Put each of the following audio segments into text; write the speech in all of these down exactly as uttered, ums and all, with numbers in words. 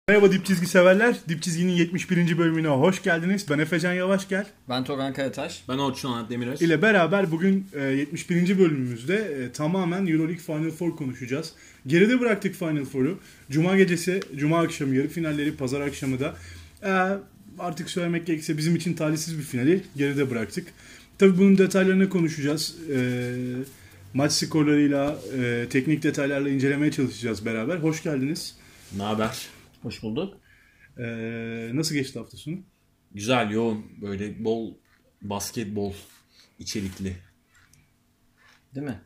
Merhaba Dip Çizgi severler. Dip Çizgi'nin yetmiş birinci bölümüne hoş geldiniz. Ben Efecan Yavaşgel. Ben Togan Karataş. Ben Orçun Anat Demirel. ile beraber bugün yetmiş birinci bölümümüzde tamamen Euroleague Final Four konuşacağız. Geride bıraktık Final Four'u. Cuma gecesi, Cuma akşamı yarı finalleri, Pazar akşamı da artık söylemek gerekirse bizim için talihsiz bir finali geride bıraktık. Tabii bunun detaylarını konuşacağız. Maç skorlarıyla, teknik detaylarla incelemeye çalışacağız beraber. Hoş geldiniz. Ne haber? Hoş bulduk. Ee, nasıl geçti hafta sonu? Güzel, yoğun, böyle bol basketbol içerikli. Değil mi?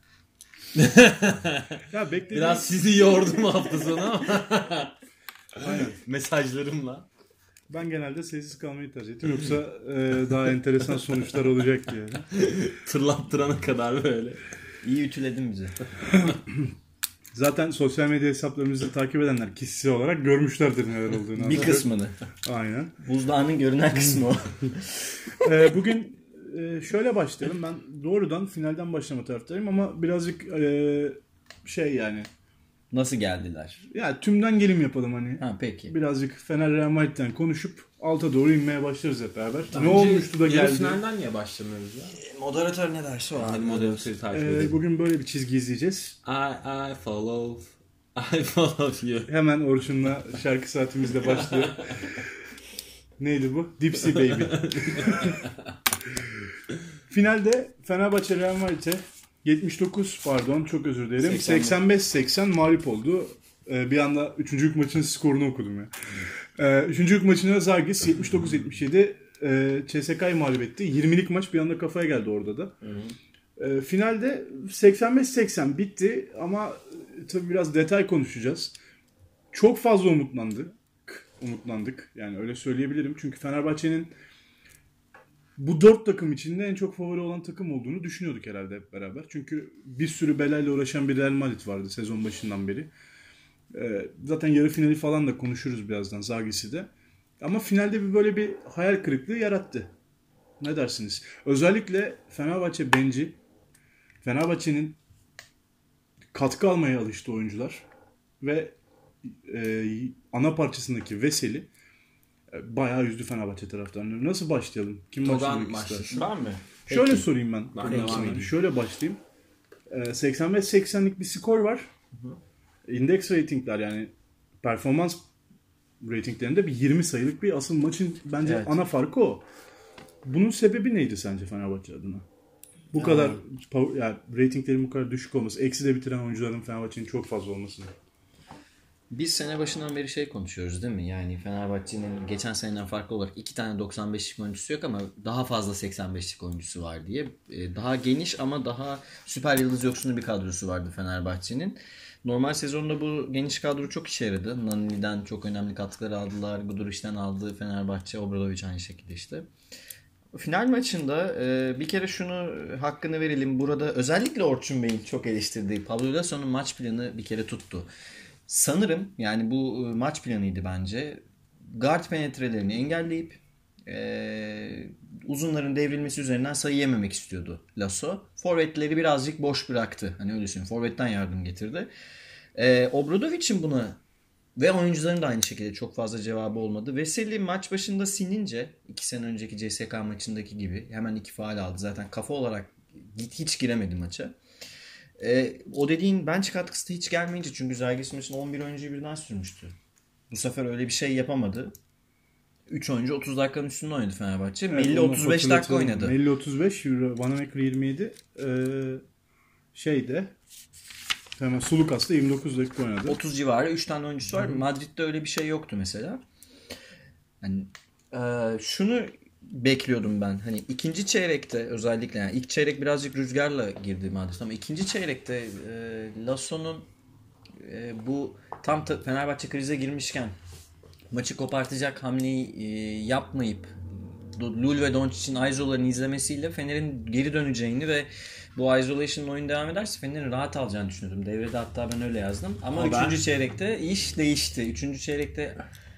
Ya beklediğim... Biraz sizi yordum hafta sonu ama. Aynen. Mesajlarımla. Ben genelde sessiz kalmayı tercih ettim. Yoksa e, daha enteresan sonuçlar olacak diye. Tırlattırana kadar böyle. İyi ütüledin bizi. Zaten sosyal medya hesaplarımızı takip edenler kişisel olarak görmüşlerdir neler olduğunu. Bir kısmını. Aynen. Buzdağının görünen kısmı o. e, bugün e, şöyle başlayalım. Ben doğrudan finalden başlama taraftayım ama birazcık e, şey yani. Nasıl geldiler? Ya tümden gelim yapalım hani. Ha peki. Birazcık Fener Real Madrid'den konuşup alta doğru inmeye başlarız hep beraber. Ne olmuştu da geldi? Yarı finalden niye başlamıyoruz ya? E, moderatör ne derse o. Hadi moderatörü takip Ee, edelim. bugün böyle bir çizgi izleyeceğiz. I, I follow, I follow you. Hemen Orçun'la şarkı saatimizde başlıyor. Neydi bu? Dipsy Baby. Finalde Fenerbahçe Real Madrid'e yetmiş dokuz pardon çok özür dilerim. seksen beş seksen mağlup oldu. Ee, bir anda üçüncülük maçının skorunu okudum ya. Ee, üçüncülük maçında Zalgiris yetmiş dokuz yetmiş yedi e, C S K'yı mağlup etti. yirmilik maç bir anda kafaya geldi orada da. Ee, finalde seksen beş seksen bitti ama e, tabii biraz detay konuşacağız. Çok fazla umutlandık. Umutlandık. Yani öyle söyleyebilirim. Çünkü Fenerbahçe'nin bu dört takım içinde en çok favori olan takım olduğunu düşünüyorduk herhalde hep beraber. Çünkü bir sürü belayla uğraşan bir Real Madrid vardı sezon başından beri. Ee, zaten yarı finali falan da konuşuruz birazdan Zalgiris'i de. Ama finalde bir böyle bir hayal kırıklığı yarattı. Ne dersiniz? Özellikle Fenerbahçe benci, Fenerbahçe'nin katkı almaya alıştı oyuncular ve e, ana parçasındaki Veseli e, bayağı üzdü Fenerbahçe taraftarını. Nasıl başlayalım? Kim başlamak ister? Ben mi? Şöyle Peki. sorayım ben. Ben devam edeyim. Şöyle başlayayım. E, seksen beş seksenlik bir skor var. Hı hı. İndeks ratingler yani performans ratinglerinde bir yirmi sayılık bir asıl maçın bence evet. Ana farkı o. Bunun sebebi neydi sence Fenerbahçe adına? Bu ya. kadar yani ratinglerin bu kadar düşük olması, eksi de bitiren oyuncuların Fenerbahçe'nin çok fazla olması. Biz sene başından beri şey konuşuyoruz değil mi? Yani Fenerbahçe'nin geçen seneden farklı olarak iki tane doksan beşlik oyuncusu yok ama daha fazla seksen beşlik oyuncusu var diye. Daha geniş ama daha süper yıldız yoksunu bir kadrosu vardı Fenerbahçe'nin. Normal sezonda bu geniş kadro çok işe yaradı. Nanili'den çok önemli katkılar aldılar. Guduric'den aldığı Fenerbahçe, Obradovic aynı şekilde işte. Final maçında bir kere şunu hakkını verelim. Burada özellikle Orçun Bey'in çok eleştirdiği Pablo Lasso'nun maç planı bir kere tuttu. Sanırım yani bu maç planıydı bence. Guard penetrelerini engelleyip e, uzunların devrilmesi üzerinden sayı yememek istiyordu Lasso. Forvetleri birazcık boş bıraktı. Hani öyle söyleyeyim. Forvetten yardım getirdi. E, Obradovic'in buna ve oyuncuların da aynı şekilde çok fazla cevabı olmadı. Veseli maç başında sinince iki sene önceki C S K maçındaki gibi hemen iki faul aldı. Zaten kafa olarak hiç giremedi maça. E, o dediğin bench katkısı da hiç gelmeyince çünkü Zalgiris maçında on bir oyuncuyu birden sürmüştü. Bu sefer öyle bir şey yapamadı. üç oyuncu otuz dakikanın üstünde oynadı Fenerbahçe. Evet, Melli otuz beş dakika oynadı. Melli otuz beş, Vanamaker yirmi yedi. Ee, şeyde hemen Sulukas'ta yirmi dokuz dakika oynadı. otuz civarı üç tane oyuncusu var. Hı-hı. Madrid'de öyle bir şey yoktu mesela. Yani e, şunu bekliyordum ben. Hani ikinci çeyrekte özellikle yani ilk çeyrek birazcık rüzgarla girdi Madrid ama ikinci çeyrekte e, Lasso'nun e, bu tam ta, Fenerbahçe krize girmişken maçı kopartacak hamleyi e, yapmayıp Lul ve Doncic'in isolalarını izlemesiyle Fener'in geri döneceğini ve bu isolation'ın oyun devam ederse Fener'in rahat alacağını düşünüyordum. Devrede hatta ben öyle yazdım. Ama, Ama üçüncü ben... çeyrekte iş değişti. Üçüncü çeyrekte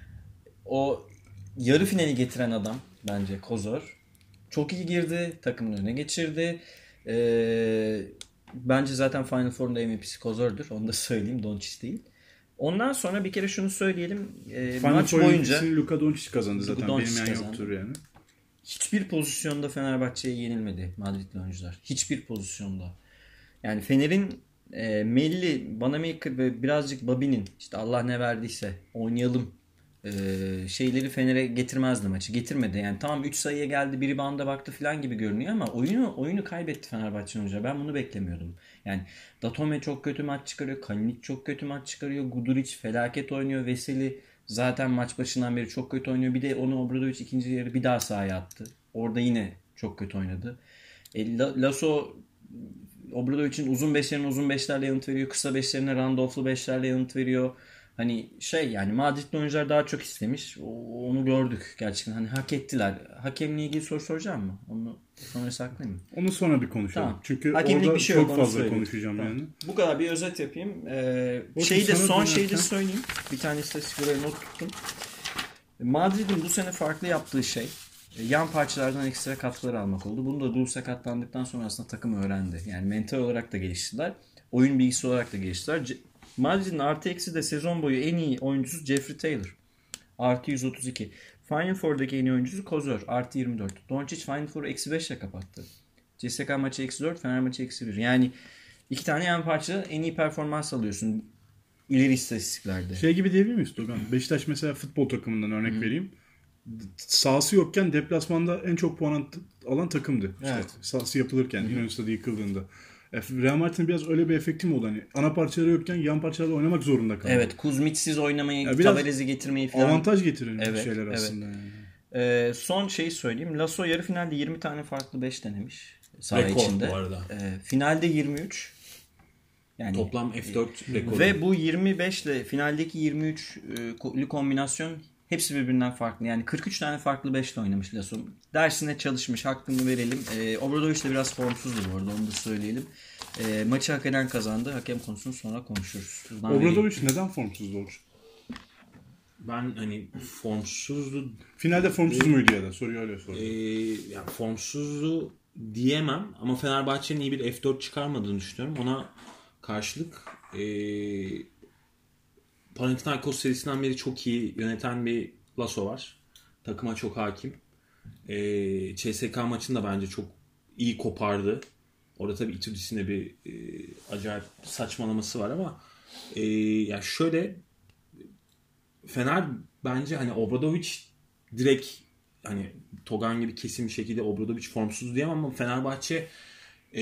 o yarı finali getiren adam bence Kozor çok iyi girdi. Takımın önüne geçirdi. Ee, bence zaten Final Four'un da M V P'si Kozor'dur. Onu da söyleyeyim. Doncic değil. Ondan sonra bir kere şunu söyleyelim. E, Final maç Four boyunca M V P'sini Luka Doncic kazandı zaten. Doncic Benim yan kazandı. yoktur yani. Hiçbir pozisyonda Fenerbahçe'ye yenilmedi Madridli oyuncular. Hiçbir pozisyonda. Yani Fener'in e, Melli, Banamaker ve birazcık Babi'nin işte Allah ne verdiyse oynayalım e, şeyleri Fener'e getirmezdi maçı. Getirmedi. Yani tamam üç sayıya geldi, bir rebound'a baktı falan gibi görünüyor ama oyunu oyunu kaybetti Fenerbahçe oyuncular. Ben bunu beklemiyordum. Yani Datome çok kötü maç çıkarıyor. Kalinic çok kötü maç çıkarıyor. Guduric felaket oynuyor. Veseli zaten maç başından beri çok kötü oynuyor. Bir de onu Obradovic ikinci yarı bir daha sahaya attı. Orada yine çok kötü oynadı. E, Lasso Obradovic'in uzun beşlerine uzun beşlerle yanıt veriyor. Kısa beşlerine Randolph'lu beşlerle yanıt veriyor. Hani şey yani Madrid'li oyuncular daha çok istemiş. O, onu gördük gerçekten. Hani hak ettiler. Hakemle ilgili soru soracağım mı? Onu sonra saklayayım mı? Onu sonra bir konuşalım. Tamam. Çünkü Hakemlik orada bir şey çok yok, onu fazla söyleyeyim. konuşacağım Tamam. yani. Bu kadar bir özet yapayım. Ee, Bakın şeyi de sana son dönerken- şeyi de söyleyeyim. Bir tane istatistik buraya not tuttum. Madrid'in bu sene farklı yaptığı şey yan parçalardan ekstra katkılar almak oldu. Bunu da Dul sakatlandıktan sonra aslında takım öğrendi. Yani mental olarak da geliştiler. Oyun bilgisi olarak da geliştiler. Ce- Madrid'in artı eksi de sezon boyu en iyi oyuncusu Jeffrey Taylor. Artı yüz otuz iki. Final Four'daki en iyi oyuncusu Kozor. Artı yirmi dört. Doncic Final Four'u eksi beş ile kapattı. C S K maçı eksi dört. Fener maçı eksi bir. Yani iki tane yan parçada en iyi performans alıyorsun. İleri istatistiklerde. Şey gibi diyebilir miyiz Dogan? Beşiktaş mesela futbol takımından örnek vereyim. Sahası yokken deplasmanda en çok puan alan takımdı. İşte Evet. sahası yapılırken, İnönü Stadı yıkıldığında. E, Real Madrid'in biraz öyle bir efekti mi oldu? Hani ana parçaları yokken yan parçalarla oynamak zorunda kaldı. Evet, Kuzmic'siz oynamayı, Ya biraz Tabarez'i getirmeyi falan. Avantaj getiren Evet, şeyler evet. aslında. Yani. Ee, son şeyi söyleyeyim. Lasso yarı finalde yirmi tane farklı beş denemiş. Saha Rekor içinde. bu arada. Ee, finalde yirmi üç. Yani Toplam F dört rekoru. ve bu yirmi beş ile finaldeki yirmi üçlü kombinasyon hepsi birbirinden farklı. Yani kırk üç tane farklı beş ile oynamış Lasso. Dersine çalışmış, hakkını verelim. Ee, Obradovic de biraz formsuzdu bu arada, onu da söyleyelim. Ee, maçı hak eden kazandı. Hakem konusunu sonra konuşuruz. Buradan vereyim. Obradovic neden formsuzdu Orçun? Ben hani formsuzdu Finalde formsuz muydu ya da? Soruyu öyle sordum. e, yani formsuzdu diyemem ama Fenerbahçe'nin iyi bir F dört çıkarmadığını düşünüyorum. Ona karşılık e, Panathinaikos serisinden beri çok iyi yöneten bir Lasso var. Takıma çok hakim. E, C S K maçını da bence çok iyi kopardı. Orada tabii Itudis'in de bir e, acayip saçmalaması var ama e, yani şöyle Fener bence hani Obradovic direkt hani Togan gibi kesin bir şekilde Obradovic formsuz diyemem ama Fenerbahçe e,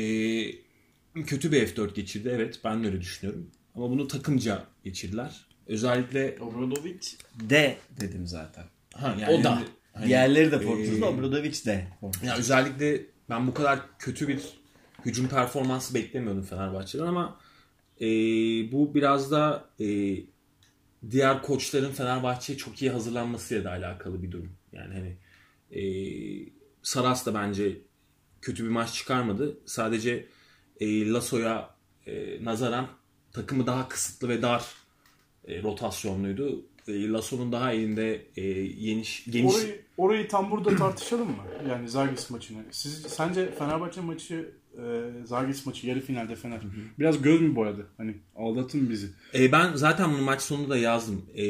kötü bir F dört geçirdi. Evet, ben de öyle düşünüyorum. Ama bunu takımca geçirdiler. Özellikle Obradovic de dedim zaten. ha, O da. hani, Diğerleri de formsuz da e, Obradovic de formsuz. Ya özellikle ben bu kadar kötü bir hücum performansı beklemiyordum Fenerbahçe'den ama e, bu biraz da e, diğer koçların Fenerbahçe'ye çok iyi hazırlanmasıyla da alakalı bir durum. Yani hani e, Saras da bence kötü bir maç çıkarmadı. Sadece e, Lasso'ya e, nazaran takımı daha kısıtlı ve dar e, rotasyonluydu. E, Lasso'nun daha elinde e, geniş geniş Orayı, orayı tam burada tartışalım mı? Yani Zalgiris maçını. Siz sence Fenerbahçe maçı, e, Zalgiris maçı yarı finalde Fener biraz göz mü boyadı? Hani aldatın bizi. E, ben zaten bunu maç sonunda da yazdım. E,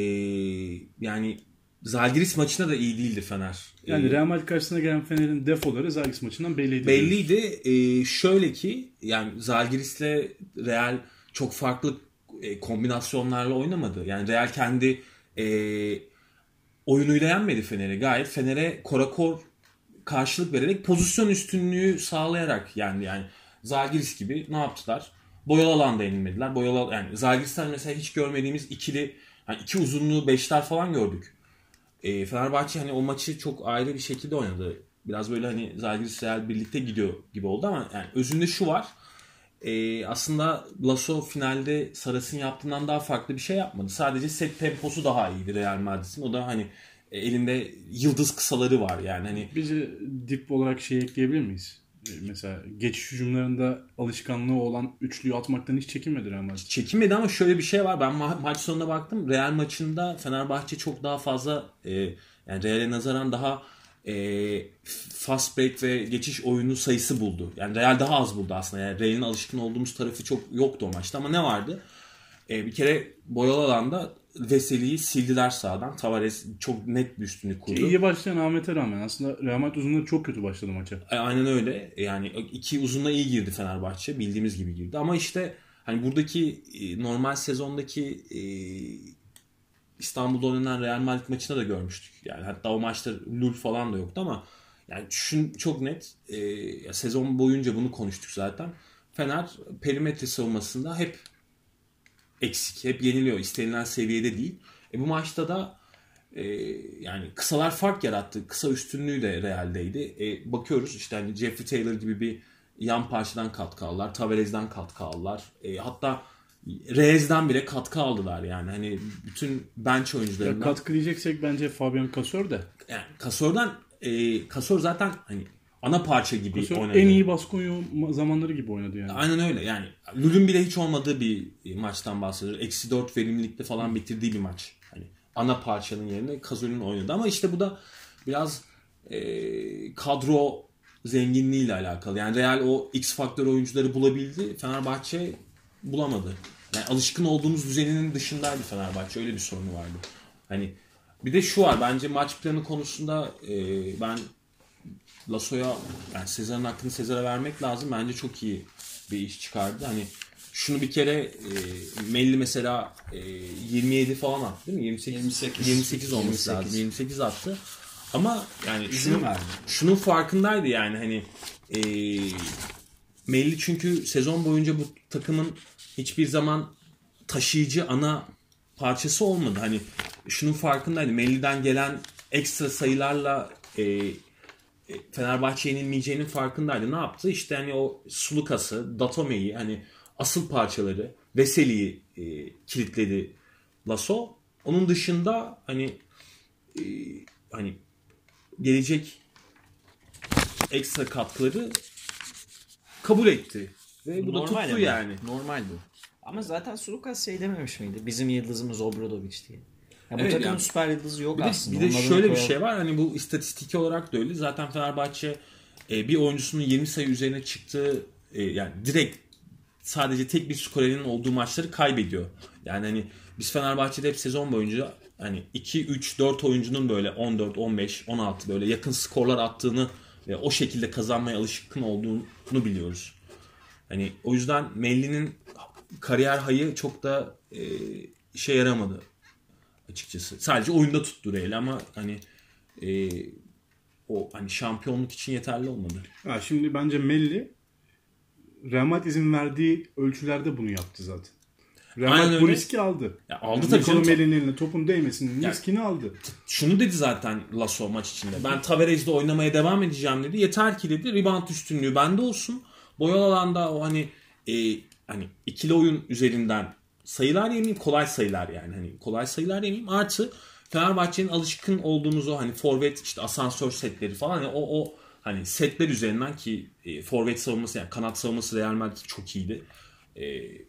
yani Zalgiris maçında da iyi değildi Fener. Yani E, Real Madrid karşısına gelen Fener'in defoları Zalgiris maçından belliydi. Belliydi. E, şöyle ki yani Zalgiris'le Real çok farklı e, kombinasyonlarla oynamadı. Yani Real kendi e, oyunuyla yenmedi Fener'i. Gayet Fener'e korakor karşılık vererek pozisyon üstünlüğü sağlayarak yendi. Yani Zalgiris gibi ne yaptılar? Boyalı alanda yenilmediler. Boyalı yani Zalgiris'ten mesela hiç görmediğimiz ikili yani iki uzunluğu beşler falan gördük. E, Fenerbahçe hani o maçı çok ayrı bir şekilde oynadı. Biraz böyle hani Zalgiris Real birlikte gidiyor gibi oldu ama yani özünde şu var. E, aslında Lasso finalde Saras'ın yaptığından daha farklı bir şey yapmadı. Sadece set temposu daha iyiydi Real Madrid'in. O da hani e, elinde yıldız kısaları var yani hani Bizi dip olarak şey ekleyebilir miyiz? E, Mesela geçiş hücumlarında alışkanlığı olan üçlüyü atmaktan hiç çekinmedi Real Madrid. çekinmedi ama şöyle bir şey var. Ben ma- maç sonuna baktım. Real maçında Fenerbahçe çok daha fazla e, yani Real'e nazaran daha e, fast break ve geçiş oyunu sayısı buldu. Yani Real daha az buldu aslında. Yani Real'in alışkın olduğumuz tarafı çok yoktu o maçta ama ne vardı? E, bir kere boyalı alanda Veseli'yi sildiler sağdan. Tavares çok net bir üstünlük kurdu. İyi başlayan Ahmet'e rağmen aslında Real Madrid uzunluğu çok kötü başladı maça. E, aynen öyle. Yani iki uzunla iyi girdi Fenerbahçe. Bildiğimiz gibi girdi. Ama işte hani buradaki e, normal sezondaki e, İstanbul'da oynanan Real Madrid maçında da görmüştük. Yani hatta o maçta Lul falan da yoktu ama yani şun çok net e, sezon boyunca bunu konuştuk zaten. Fener perimetre savunmasında hep eksik, hep yeniliyor. İstenilen seviyede değil. E, bu maçta da e, yani kısalar fark yarattı. Kısa üstünlüğü de Real'deydi. E, bakıyoruz işte hani Jeffrey Taylor gibi bir yan parçadan katkı aldılar. Tavares'den katkı aldılar. E, hatta Reyes'den bile katkı aldılar yani. Hani bütün bench oyuncularından. Ya katkı diyeceksek bence Fabian Cazor da. Yani Casor'dan e, Cazor zaten hani ana parça gibi Cazor oynadı. en iyi Baskonya zamanları gibi oynadı yani. Aynen öyle. Yani Lul'ün bile hiç olmadığı bir maçtan bahsediyoruz. Eksi dört verimlilikte falan bitirdiği bir maç. Hani ana parçanın yerine Cazor'un oynadı. Ama işte bu da biraz e, kadro zenginliğiyle alakalı. Yani Real o X faktör oyuncuları bulabildi. Fenerbahçe bulamadı. Yani alışkın olduğumuz düzeninin dışındaydı Fenerbahçe. Öyle bir sorunu vardı. Hani bir de şu var. Bence maç planı konusunda e, ben Lasso'ya yani Sezar'ın hakkını Sezar'a vermek lazım. Bence çok iyi bir iş çıkardı. Hani şunu bir kere e, Melli mesela e, yirmi yedi falan attı değil mi? yirmi sekiz, yirmi sekiz, yirmi sekiz olması yirmi sekiz. lazım. yirmi sekiz attı. Ama yani İzin şunun, verdi. şunun farkındaydı yani hani e, Melli çünkü sezon boyunca bu takımın hiçbir zaman taşıyıcı ana parçası olmadı. Hani şunun farkındaydı. Melli'den gelen ekstra sayılarla e, Fenerbahçe'ye yenilmeyeceğinin farkındaydı. Ne yaptı? İşte hani o Sulukas'ı, Datome'yi hani asıl parçaları, Veseli'yi e, kilitledi Lasso. Onun dışında hani e, hani gelecek ekstra katkıları kabul etti. Ve bu Normal da tuttu ama. yani. Normal bu. Ama zaten Sulukas şey dememiş miydi? Bizim yıldızımız Obradovic diye. Ya bu Evet, takımın yani. süper yıldızı yok Bir de, aslında. bir de Onun adını şöyle bir koyalım. şey var. Hani bu istatistiki olarak da öyle. Zaten Fenerbahçe e, bir oyuncusunun yirmi sayı üzerine çıktığı e, yani direkt sadece tek bir skorerinin olduğu maçları kaybediyor. Yani hani biz Fenerbahçe'de hep sezon boyunca hani iki, üç, dört oyuncunun böyle on dört, on beş, on altı böyle yakın skorlar attığını ve o şekilde kazanmaya alışkın olduğunu biliyoruz. Hani o yüzden Melli'nin kariyer hayı çok da e, işe yaramadı açıkçası. Sadece oyunda tuttu Real ama hani e, o hani şampiyonluk için yeterli olmadı. Ha, şimdi bence Melli Real Madrid izin verdiği ölçülerde bunu yaptı zaten. Real Aynen Madrid bu öyle. riski aldı. Ya aldı Yani tabii Nikola canım. Melli'nin eline topun değmesinin Ya- riskini aldı. Şunu dedi zaten Lasso maç içinde. Ben Tavares'de oynamaya devam edeceğim dedi. Yeter ki dedi rebound üstünlüğü bende olsun. Boyalı alanda o hani e, hani ikili oyun üzerinden sayılar yemeyeyim, kolay sayılar yani. Hani kolay sayılar yemeyeyim. Artı Fenerbahçe'nin alışkın olduğumuz o hani forvet işte asansör setleri falan hani o o hani setler üzerinden ki e, forvet savunması yani kanat savunması Real Madrid çok iyiydi. E,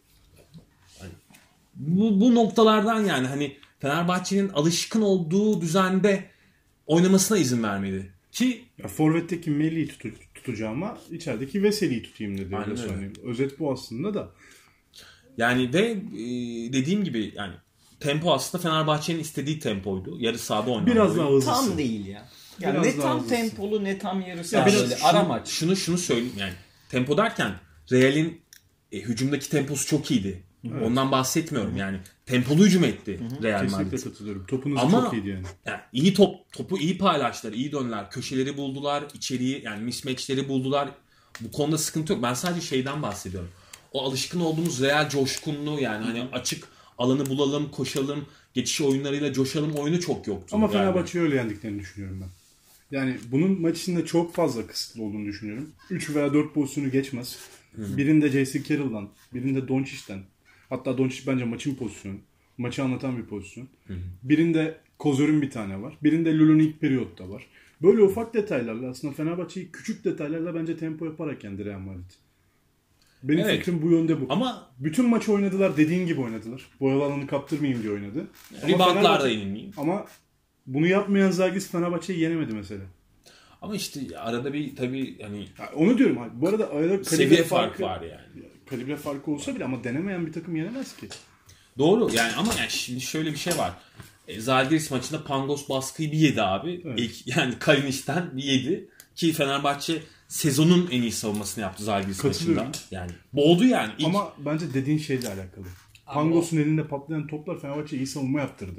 hani bu, bu noktalardan yani hani Fenerbahçe'nin alışkın olduğu düzende oynamasına izin vermedi. Ki Ya forvetteki Melli'yi tutu, tutacağıma içerideki Veseli'yi tutayım dedi. Aynen öyle öyle. söyleyeyim. Özet bu aslında da. yani ve e, dediğim gibi yani tempo aslında Fenerbahçe'nin istediği tempoydu. Yarı sahada oynadı. Biraz daha hızlısı. Tam değil ya. Yani Biraz ne daha tam hızlısı. tempolu ne tam yarı Ya saha biraz böyle şunu, ara maç. Şunu şunu söyleyeyim yani tempo derken Real'in e, hücumdaki temposu çok iyiydi. Evet. Ondan bahsetmiyorum yani. Tempolu hücum etti Real Kesinlikle Madrid. katılıyorum. Topunuz Ama çok iyiydi yani. yani iyi top topu iyi paylaştılar, iyi döndüler. Köşeleri buldular, içeriği yani mismatchleri buldular. Bu konuda sıkıntı yok. Ben sadece şeyden bahsediyorum. O alışkın olduğumuz Real coşkunluğu yani hani açık alanı bulalım, koşalım, geçiş oyunlarıyla coşalım oyunu çok yoktu. Ama yani. Fenerbahçe'yi öyle yendiklerini düşünüyorum ben. Yani bunun maç içinde çok fazla kısıtlı olduğunu düşünüyorum. üç veya dört pozisyonu geçmez. Hı-hı. Birinde J C Carroll'dan, birinde Doncic'ten. Hatta Doncic bence maçın pozisyonu. Maçı anlatan bir pozisyon. Hı-hı. Birinde Kozor'un bir tane var. Birinde Lul'un ilk periyotta var. Böyle ufak detaylarla aslında Fenerbahçe'yi küçük detaylarla bence tempo yaparak yendi Real Madrid. Benim evet. fikrim bu yönde bu. Ama bütün maçı oynadılar, dediğin gibi oynadılar. Boyalı alanı kaptırmayayım diye oynadı. Reboundlarda yenilmeyeyim. Ama bunu yapmayan Zalgiris Fenerbahçe'yi yenemedi mesela. Ama işte arada bir tabii hani ya onu diyorum. Bu arada arada seviye farkı var yani. Kalibre farkı olsa bile ama denemeyen bir takım yenemez ki. Doğru yani ama yani şimdi şöyle bir şey var. E, Zalgiris maçında Pangos baskıyı bir yedi abi. Evet. İlk, yani Kalinic'ten bir yedi. Ki Fenerbahçe sezonun en iyi savunmasını yaptı Zalgiris maçında. Yani boğdu yani. İlk... Ama bence dediğin şeyle alakalı. Pangos'un o... elinde patlayan toplar Fenerbahçe iyi savunma yaptırdı.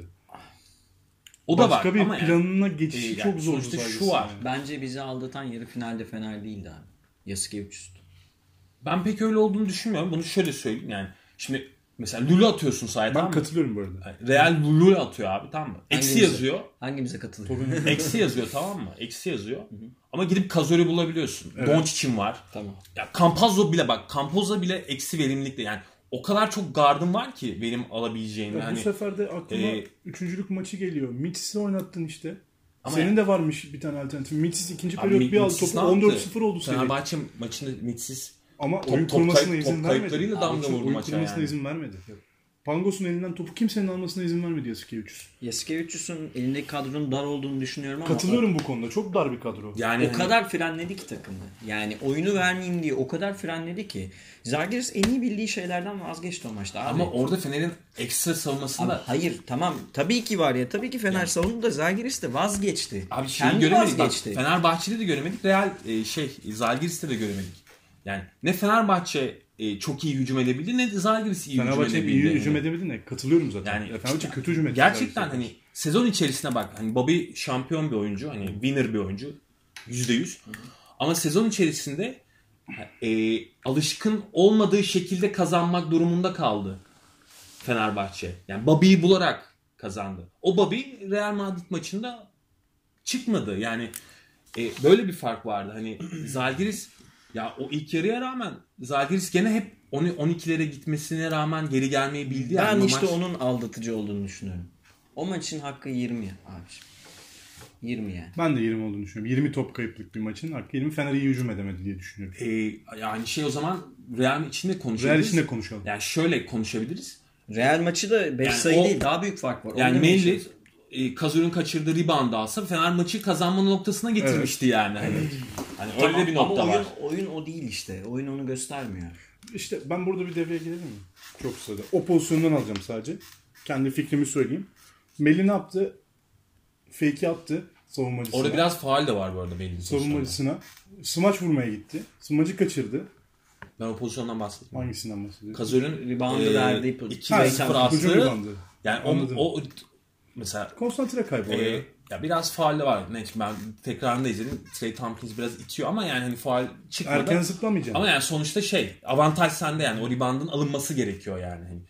O da Başka var bir ama planına yani, geçişi e, çok yani zor. Sonuçta şu var. Yani. Bence bizi aldatan yarı finalde Fener değildi abi. Yasikevicius'tu. Ben pek öyle olduğunu düşünmüyorum. Bunu şöyle söyleyeyim yani. Şimdi mesela Lulu atıyorsun sahaya. Ben tamam katılıyorum bu arada. Real Lulu atıyor abi, tamam mı? Eksi Hangimize? yazıyor. Hangimize katılıyor? Eksi yazıyor, tamam mı? Eksi yazıyor. Hı hı. Ama gidip Kazor'u bulabiliyorsun. Evet. Doncic'in var. Tamam. Ya Campazzo bile bak. Campazzo bile eksi verimlilikte yani. O kadar çok gardın var ki verim alabileceğin. Yani, bu sefer de aklıma e, üçüncülük maçı geliyor. Mitsis'i oynattın işte. Ama senin yani, de varmış bir tane alternatif. Mitsis ikinci periyot bir aldı topu. on dört sıfır oldu seri. Fenerbahçe maçında Mitsis ama top, oyun kurmasına top, izin top vermedi. Damga vurdu oyun maça kurmasına yani. izin vermedi. Pangos'un elinden topu kimsenin almasına izin vermedi Yasikevicius. Yasikevicius'un elindeki kadronun dar olduğunu düşünüyorum ama... Katılıyorum o, bu konuda. Çok dar bir kadro. Yani o hani... kadar frenledi ki takımı. Yani oyunu vermeyeyim diye o kadar frenledi ki. Zalgiris en iyi bildiği şeylerden vazgeçti o maçta. Abi. Ama orada Fener'in ekstra savunmasında... Abi hayır tamam. Tabii ki var ya. Tabii ki Fener yani. savundu da Zalgiris de vazgeçti. Abi şeyi Kendi göremedik. Bak, Fenerbahçe'de de göremedik. Real e, şey Zalgiris'te de göremedik. Yani ne Fenerbahçe e, çok iyi hücum edebildi ne de Zalgiris iyi Fenerbahçe hücum edebildi. Fenerbahçe iyi hücum edebildi ne? Katılıyorum zaten. Yani ya Fenerbahçe kötü hücum etti. Gerçekten hani sezon içerisine bak. Hani Bobby şampiyon bir oyuncu. Hani winner bir oyuncu. yüzde yüz. Ama sezon içerisinde e, alışkın olmadığı şekilde kazanmak durumunda kaldı Fenerbahçe. Yani Bobby'yi bularak kazandı. O Bobby Real Madrid maçında çıkmadı. Yani e, böyle bir fark vardı. Hani Zalgiris ya o ilk yarıya rağmen Zalgiris gene hep on ikilere gitmesine rağmen geri gelmeyi bildi. Ben yani işte maç... onun aldatıcı olduğunu düşünüyorum. O maçın hakkı yirmi abiciğim. yirmi yani. Ben de yirmi olduğunu düşünüyorum. yirmi top kayıplık bir maçın hakkı yirmi. Fener iyi hücum edemedi diye düşünüyorum. Ee, yani şey o zaman Real içinde konuşabiliriz. Real içinde konuşalım. Yani şöyle konuşabiliriz. Real maçı da beş yani sayı o, değil. Daha büyük fark var. Yani Melli e, Kazur'un kaçırdığı rebound alsa Fener maçı kazanma noktasına getirmişti evet. yani. Hani, hani öyle tamam, bir nokta ama var. Oyun, oyun o değil işte. Oyun onu göstermiyor. İşte ben burada bir devreye girelim mi? Çok kısa da. O pozisyondan alacağım sadece. Kendi fikrimi söyleyeyim. Melli ne yaptı? Fake'i attı savunmacısına. Orada biraz faul de var bu arada Melli'nin savunmacısına. Smaç vurmaya gitti. Smacı kaçırdı. Ben o pozisyondan bahsediyorum. Hangisinden bahsediyorsun? Kazur'un reboundu verdiği iki sıfır attı. Yani o, o mesela konsantre kaybı e, oraya. Ya biraz faul de var. Ne ben tekrarında izledim. Trey Tompkins biraz itiyor ama yani hani faul çıkmadı. Erken zıplamayacağım. Ama yani sonuçta şey, avantaj sende yani. O rebound'ın alınması gerekiyor yani. Hani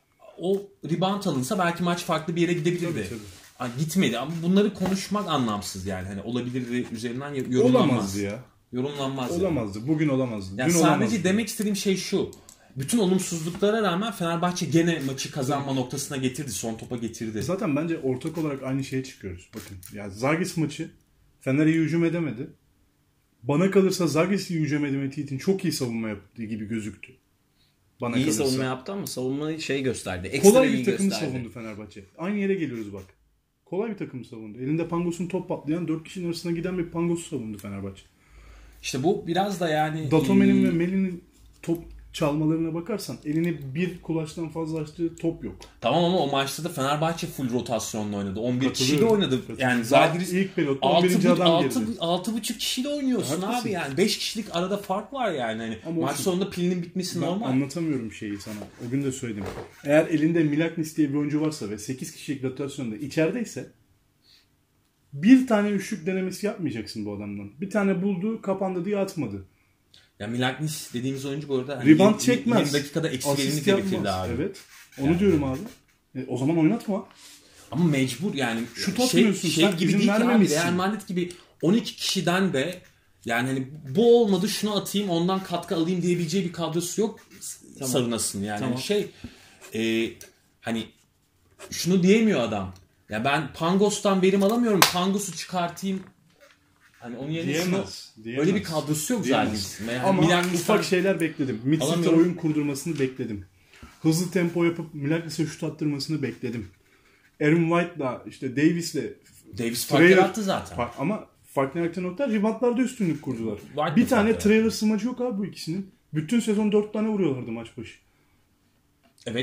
o rebound alınsa belki maç farklı bir yere gidebilirdi. Tabii, tabii. Yani gitmedi ama bunları konuşmak anlamsız yani. Hani olabilir üzerinden yorumlanmaz. Olamazdı ya. Yorumlanmaz. Olamazdı. Yani. Bugün olamazdı. Yani Dün sadece olamazdı. demek istediğim şey şu. Bütün olumsuzluklara rağmen Fenerbahçe gene maçı kazanma evet. noktasına getirdi. Son topa getirdi. Zaten bence ortak olarak aynı şeye çıkıyoruz. Bakın. Yani Zalgiris maçı Fener iyi hücum edemedi. Bana kalırsa Zalgiris iyi hücum edemediği için çok iyi savunma yaptığı gibi gözüktü. Bana iyi kalırsa. savunma yaptı ama savunmayı şey gösterdi. Ekstra kolay iyi bir takım gösterdi. savundu Fenerbahçe. Aynı yere geliyoruz bak. Kolay bir takım savundu. Elinde Pangos'un top patlayan dört kişinin arasına giden bir Pangos'u savundu Fenerbahçe. İşte bu biraz da yani... Datome'nin ee... ve Melli'nin top çalmalarına bakarsan elini bir kulaçtan fazla açtığı top yok. Tamam ama o maçta da Fenerbahçe full rotasyonla oynadı. on bir kişiyle oynadı. Yani Zalgiris ilk periyotta on birinci adam geldi. altı buçuk kişiyle oynuyorsun haklısın abi yani. beş kişilik arada fark var yani. Hani maç olsun. Sonunda pilinin bitmesi ben normal. Anlatamıyorum şeyi sana. O gün de söyledim. Eğer elinde Milaknis diye bir oyuncu varsa ve sekiz kişilik rotasyonda içerideyse bir tane üçlük denemesi yapmayacaksın bu adamdan. Bir tane buldu, kapandı diye atmadı. Ya Milaknis dediğimiz oyuncu bu arada hani rebound çekmez. yirmi dakikada eksi verimlilikle bitirdi abi. Evet. Onu yani. Diyorum abi. E, o zaman oynatma. Ama mecbur yani. Şut atmıyorsun. Şey, şey gibi değil abi. Real Madrid gibi on iki kişiden de yani hani bu olmadı şunu atayım ondan katkı alayım diyebileceği bir kadrosu yok. Tamam. Sarınasın yani. Tamam. Şey e, hani şunu diyemiyor adam. Ya ben Pangos'tan verim alamıyorum. Pangos'u çıkartayım. Hani onun yerine diyemez, şunu, diyemez. Öyle bir kadrosu yok zaten. Yani ama Milaknis'ten ufak şeyler bekledim. Mitsic'te oyun kurdurmasını bekledim. Hızlı tempo yapıp Milaknis'e şut attırmasını bekledim. Aaron White'la işte Davis'le Davis fark yarattı zaten. Fark, ama farklı yarattığı nokta reboundlarda üstünlük kurdular. White bir tane trailer smacı yok abi bu ikisinin. Bütün sezon dört tane vuruyorlardı maç başı. Evet.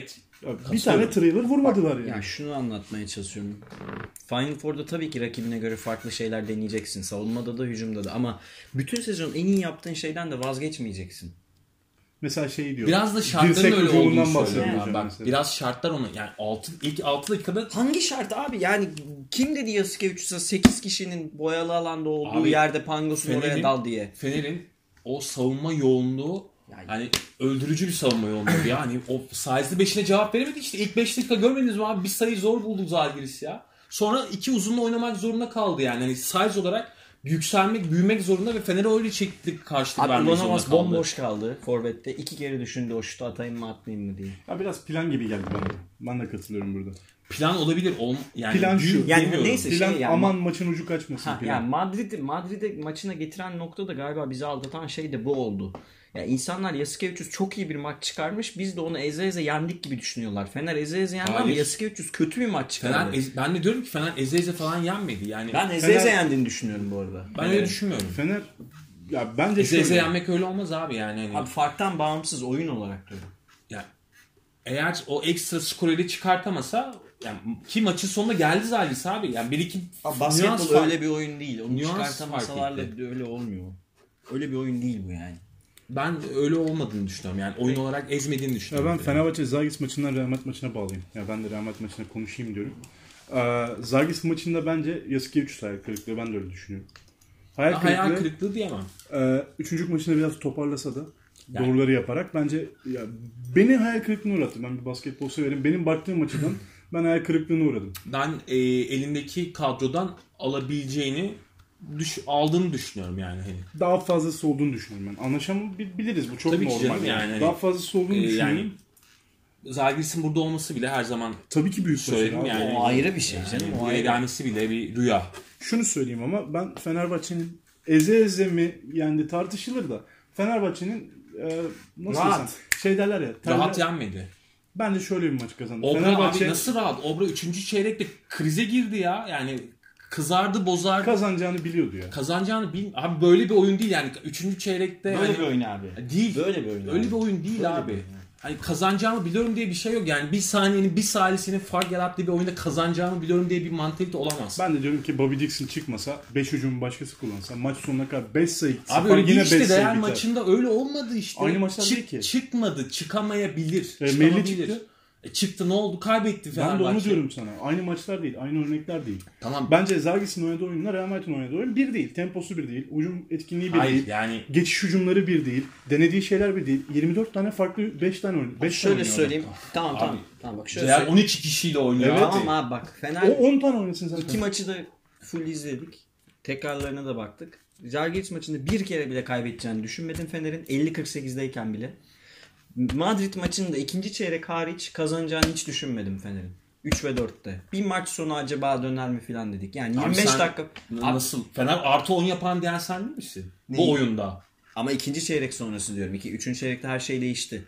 Bir tane trailer vurmadılar yani. Yani şunu anlatmaya çalışıyorum. Final Four'da tabii ki rakibine göre farklı şeyler deneyeceksin. Savunmada da hücumda da. Ama bütün sezon en iyi yaptığın şeyden de vazgeçmeyeceksin. Mesela şey diyor. Biraz da şartların dirsek öyle hücumundan olduğunu bahsediyor söylüyorum. hocam Bak, mesela. biraz şartlar onu. Yani altı, ilk altı dakikada Hangi şart abi? Yani kim dedi Yasikevicius'a sekiz kişinin boyalı alanda olduğu Abi, yerde Pangos'un oraya Fener'in- dal diye. Fener'in o savunma yoğunluğu Yani- yani öldürücü bir savunma yoğunluğu ya. Hani o size'lı beşine cevap veremedi işte. İlk beş dakika görmediniz mi abi? Bir sayı zor buldu Zalgiris ya. Sonra iki uzunla oynamak zorunda kaldı yani. Hani size olarak yükselmek, büyümek zorunda ve Fener'e öyle çektik karşılık Abi vermek zorunda Ulanovas kaldı. bomboş kaldı Forvet'te. İki kere düşündü o şutu atayım mı atmayayım mı diye. Ya biraz plan gibi geldi bana. Ben de katılıyorum burada. Plan olabilir. Ol, yani Plan şu. büyük Yani demiyorum. neyse. Plan şey yani- aman maçın ucu kaçmasın Ha, plan. yani Madrid Madrid'e maçına getiren nokta da galiba bizi aldatan şey de bu oldu. Yani insanlar Yasikevicius çok iyi bir maç çıkarmış. Biz de onu eze eze yendik gibi düşünüyorlar. Fener eze eze yendi ama Hayır. Yasikevicius kötü bir maç çıkardı. Fener, ez- ben de diyorum ki Fener eze eze falan yenmedi. Yani ben eze Fener- eze yendiğini düşünüyorum bu arada. ben öyle düşünmüyorum. Fener ya bence Eze eze şöyle. yenmek öyle olmaz abi yani. Hani, Abi farktan bağımsız oyun olarak diyorum. yani eğer o ekstra skoreri çıkartamasa yani ki maçın sonunda geldi Zalgiris abi. Yani bir iki Abi nüans basketbol fark- öyle bir oyun değil. Onu Nüans çıkartamasalarla fark etti. öyle olmuyor. Öyle bir oyun değil bu yani. Ben öyle olmadığını düşünüyorum. Yani oyun olarak ezmediğini Ya düşünüyorum. ben Fenerbahçe Zalgiris maçından Real Madrid maçına bağlayayım. Ya ben de Real Madrid maçına konuşayım diyorum. Ee, Zalgiris maçında bence Yasikevicius hayal kırıklığı. Ben de öyle düşünüyorum. Hayal Ben kırıklığı. hayal kırıklığı diyemem. e, üçüncü maçında biraz toparlasa da Yani- doğruları yaparak bence ya beni hayal kırıklığına uğrattı. Ben bir basketbol severim. Benim baktığım açıdan ben hayal kırıklığına uğradım. Ben e, elindeki kadrodan alabileceğini düş, aldığını düşünüyorum yani. Hani. Daha fazlası olduğunu düşünüyorum ben. Anlaşabiliriz. Bu çok Tabii ki normal. canım yani. yani hani- Daha fazlası olduğunu E, düşünüyorum. yani Zalgiris'in burada olması bile her zaman Tabii ki büyük söyledim başarı. abi. yani. O ayrı bir şey canım. Yani O buraya ayrı. gelmesi bile bir rüya. Şunu söyleyeyim ama ben Fenerbahçe'nin eze eze mi yendi tartışılır da Fenerbahçe'nin e, nasıl Rahat. desem şey derler ya. Terler, Rahat yenmedi. bence şöyle bir maç kazandı. Obra Fenerbahçe abi nasıl rahat? Obra üçüncü çeyrekte krize girdi ya. Yani kızardı, bozardı. kazanacağını biliyordu ya. Kazanacağını bil. Abi böyle bir oyun değil yani. Üçüncü çeyrekte Böyle hani- bir oyun abi. değil. Böyle bir oyun Öyle abi. bir oyun değil Böyle bir abi. oyun. Hani kazanacağımı biliyorum diye bir şey yok. Yani bir saniyenin, bir salisinin fark yarattığı bir oyunda kazanacağımı biliyorum diye bir mantalite olamaz. Ben de diyorum ki Bobby Dixon çıkmasa beş hücumu başkası kullansa maç sonuna kadar beş sayı Abi sıfır, öyle değil işte. beş sayı Real biter. maçında öyle olmadı işte. Aynı maçlar Çık- değil ki. Çıkmadı. Çıkamayabilir. E, Çıkamabilir. Melli çıktı. E, çıktı ne oldu? Kaybetti Ben Fenerbahçe. de onu diyorum sana. Aynı maçlar değil, aynı örnekler değil. Tamam. Bence Zalgiris'in oynadığı oyunla Real Madrid'in oynadığı oyun bir değil. Temposu bir değil. Hücum etkinliği bir Hayır değil. yani Geçiş hücumları bir değil. Denediği şeyler bir değil. yirmi dört tane farklı beş tane oyun. beş tane Şöyle oynuyor söyleyeyim. Tamam Abi, tamam. Tamam bak şöyle Real söyleyeyim. on iki kişiyle oynuyor. Evet. abi. Tamam abi bak Fener adam. O on tane oynasın zaten. iki maçı da full izledik. Tekrarlarına da baktık. Zalgiris maçında bir kere bile kaybedeceğini düşünmedim Fener'in elli kırk sekizdeyken bile. Madrid maçında ikinci çeyrek hariç kazanacağını hiç düşünmedim Fener'in. üç ve dörtte. Bir maç sonu acaba döner mi falan dedik. Yani Abi yirmi beş sen- dakika. Abi, Nasıl? Fener artı on yapan diyen sen değil misin? Neyi? Bu oyunda. ama ikinci çeyrek sonrası diyorum. İki, üçüncü çeyrekte her şey değişti.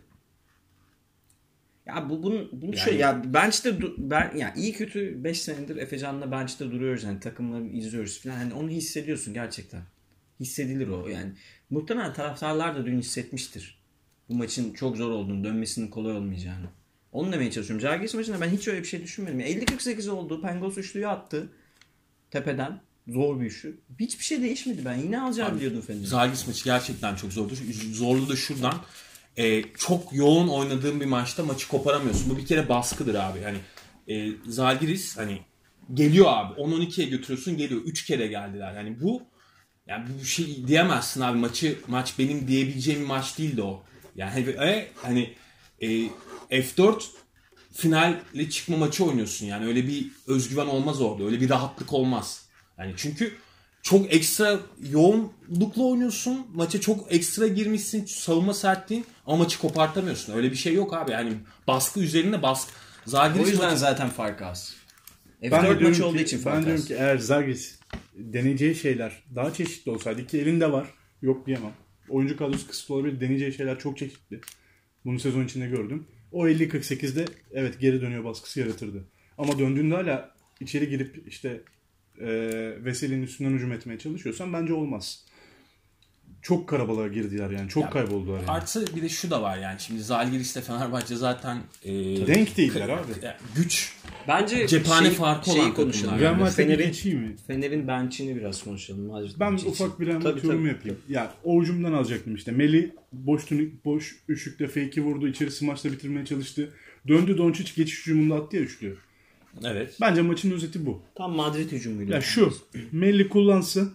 Ya bu bunun bunu Yani- şöyle ya bench'te du- ben ya iyi kötü beş senedir Efecan'la bench'te duruyoruz yani takımları izliyoruz falan. Hani onu hissediyorsun gerçekten. Hissedilir o yani. Muhtemelen taraftarlar da dün hissetmiştir. Bu maçın çok zor olduğunu, dönmesinin kolay olmayacağını. Onu demeye çalışıyorum. Zalgiris maçında ben hiç öyle bir şey düşünmedim. elli kırk sekiz oldu. Pangos üçlüyü attı. Tepeden. Zor bir üçlü. Hiçbir şey değişmedi ben. Yine alacağım diyordum Fener'i. Zalgiris maçı gerçekten çok zordu. Zorlu da şuradan. e, çok yoğun oynadığın bir maçta maçı koparamıyorsun. Bu bir kere baskıdır abi. Yani e, Zalgiris hani geliyor abi. on on ikiye götürüyorsun geliyor. üç kere geldiler. Yani bu yani bu şey diyemezsin abi. Maçı maç benim diyebileceğim bir maç değildi o. Yani e, hani e, F dört finalle çıkma maçı oynuyorsun. Yani öyle bir özgüven olmaz orada. Öyle bir rahatlık olmaz. Yani çünkü çok ekstra yoğunlukla oynuyorsun. Maça çok ekstra girmişsin. Savunma sertliğin ama maçı kopartamıyorsun. Öyle bir şey yok abi. Yani baskı üzerine baskı. O Zalgiris yüzden maçı... zaten fark az. Ben F de dört diyorum maçı ki, olduğu için ben fark diyorum az. ki eğer Zalgiris deneyeceği şeyler daha çeşitli olsaydı ki elinde var. Yok diyemem. Oyuncu kadrosu kısıtlı olabilir. Deneyeceği şeyler çok çeşitli. Bunu sezon içinde gördüm. O elli kırk sekizde evet geri dönüyor baskısı yaratırdı. Ama döndüğünde hala içeri girip işte e, Veseli'nin üstünden hücum etmeye çalışıyorsan bence olmaz. çok karabalığa girdiler yani. Çok Ya, kayboldular yani. Artı bir de şu da var yani. Şimdi Zalgiris'le Fenerbahçe zaten e, denk değiller abi. Güç. Bence Cephane şey, farkı şeyi olan konuşalım. takımlar. Real Madrid'in Fener'in, hiç iyi mi? Fener'in bench'ini biraz konuşalım. Madrid Ben bench'i ufak için. bir Real Madrid Tabii, yorumu tabii. yapayım. Ya o hücumdan alacaktım işte. Melih boş tünük, boş üçlükte fake'i vurdu. İçeri smaçla bitirmeye çalıştı. Döndü, Doncic geçiş hücumunda attı ya üçlü. Evet. Bence maçın özeti bu. Tam Madrid hücumuydu. Ya şu, Melih kullansın.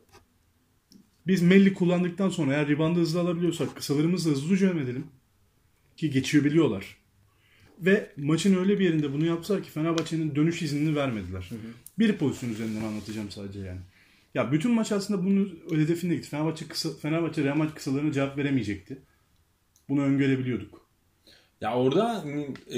Biz Melih kullandıktan sonra eğer ribandı hızlı alabiliyorsak kısalarımızla hızlı hücum edelim. Ki geçiyor Ve maçın öyle bir yerinde bunu yapsalar ki Fenerbahçe'nin dönüş iznini vermediler. Hı hı. Bir pozisyon üzerinden anlatacağım sadece yani. Ya bütün maç aslında bunun hedefinde gitti. Fenerbahçe kısa, Fenerbahçe Real Madrid kısalarına cevap veremeyecekti. Bunu öngörebiliyorduk. Ya orada e,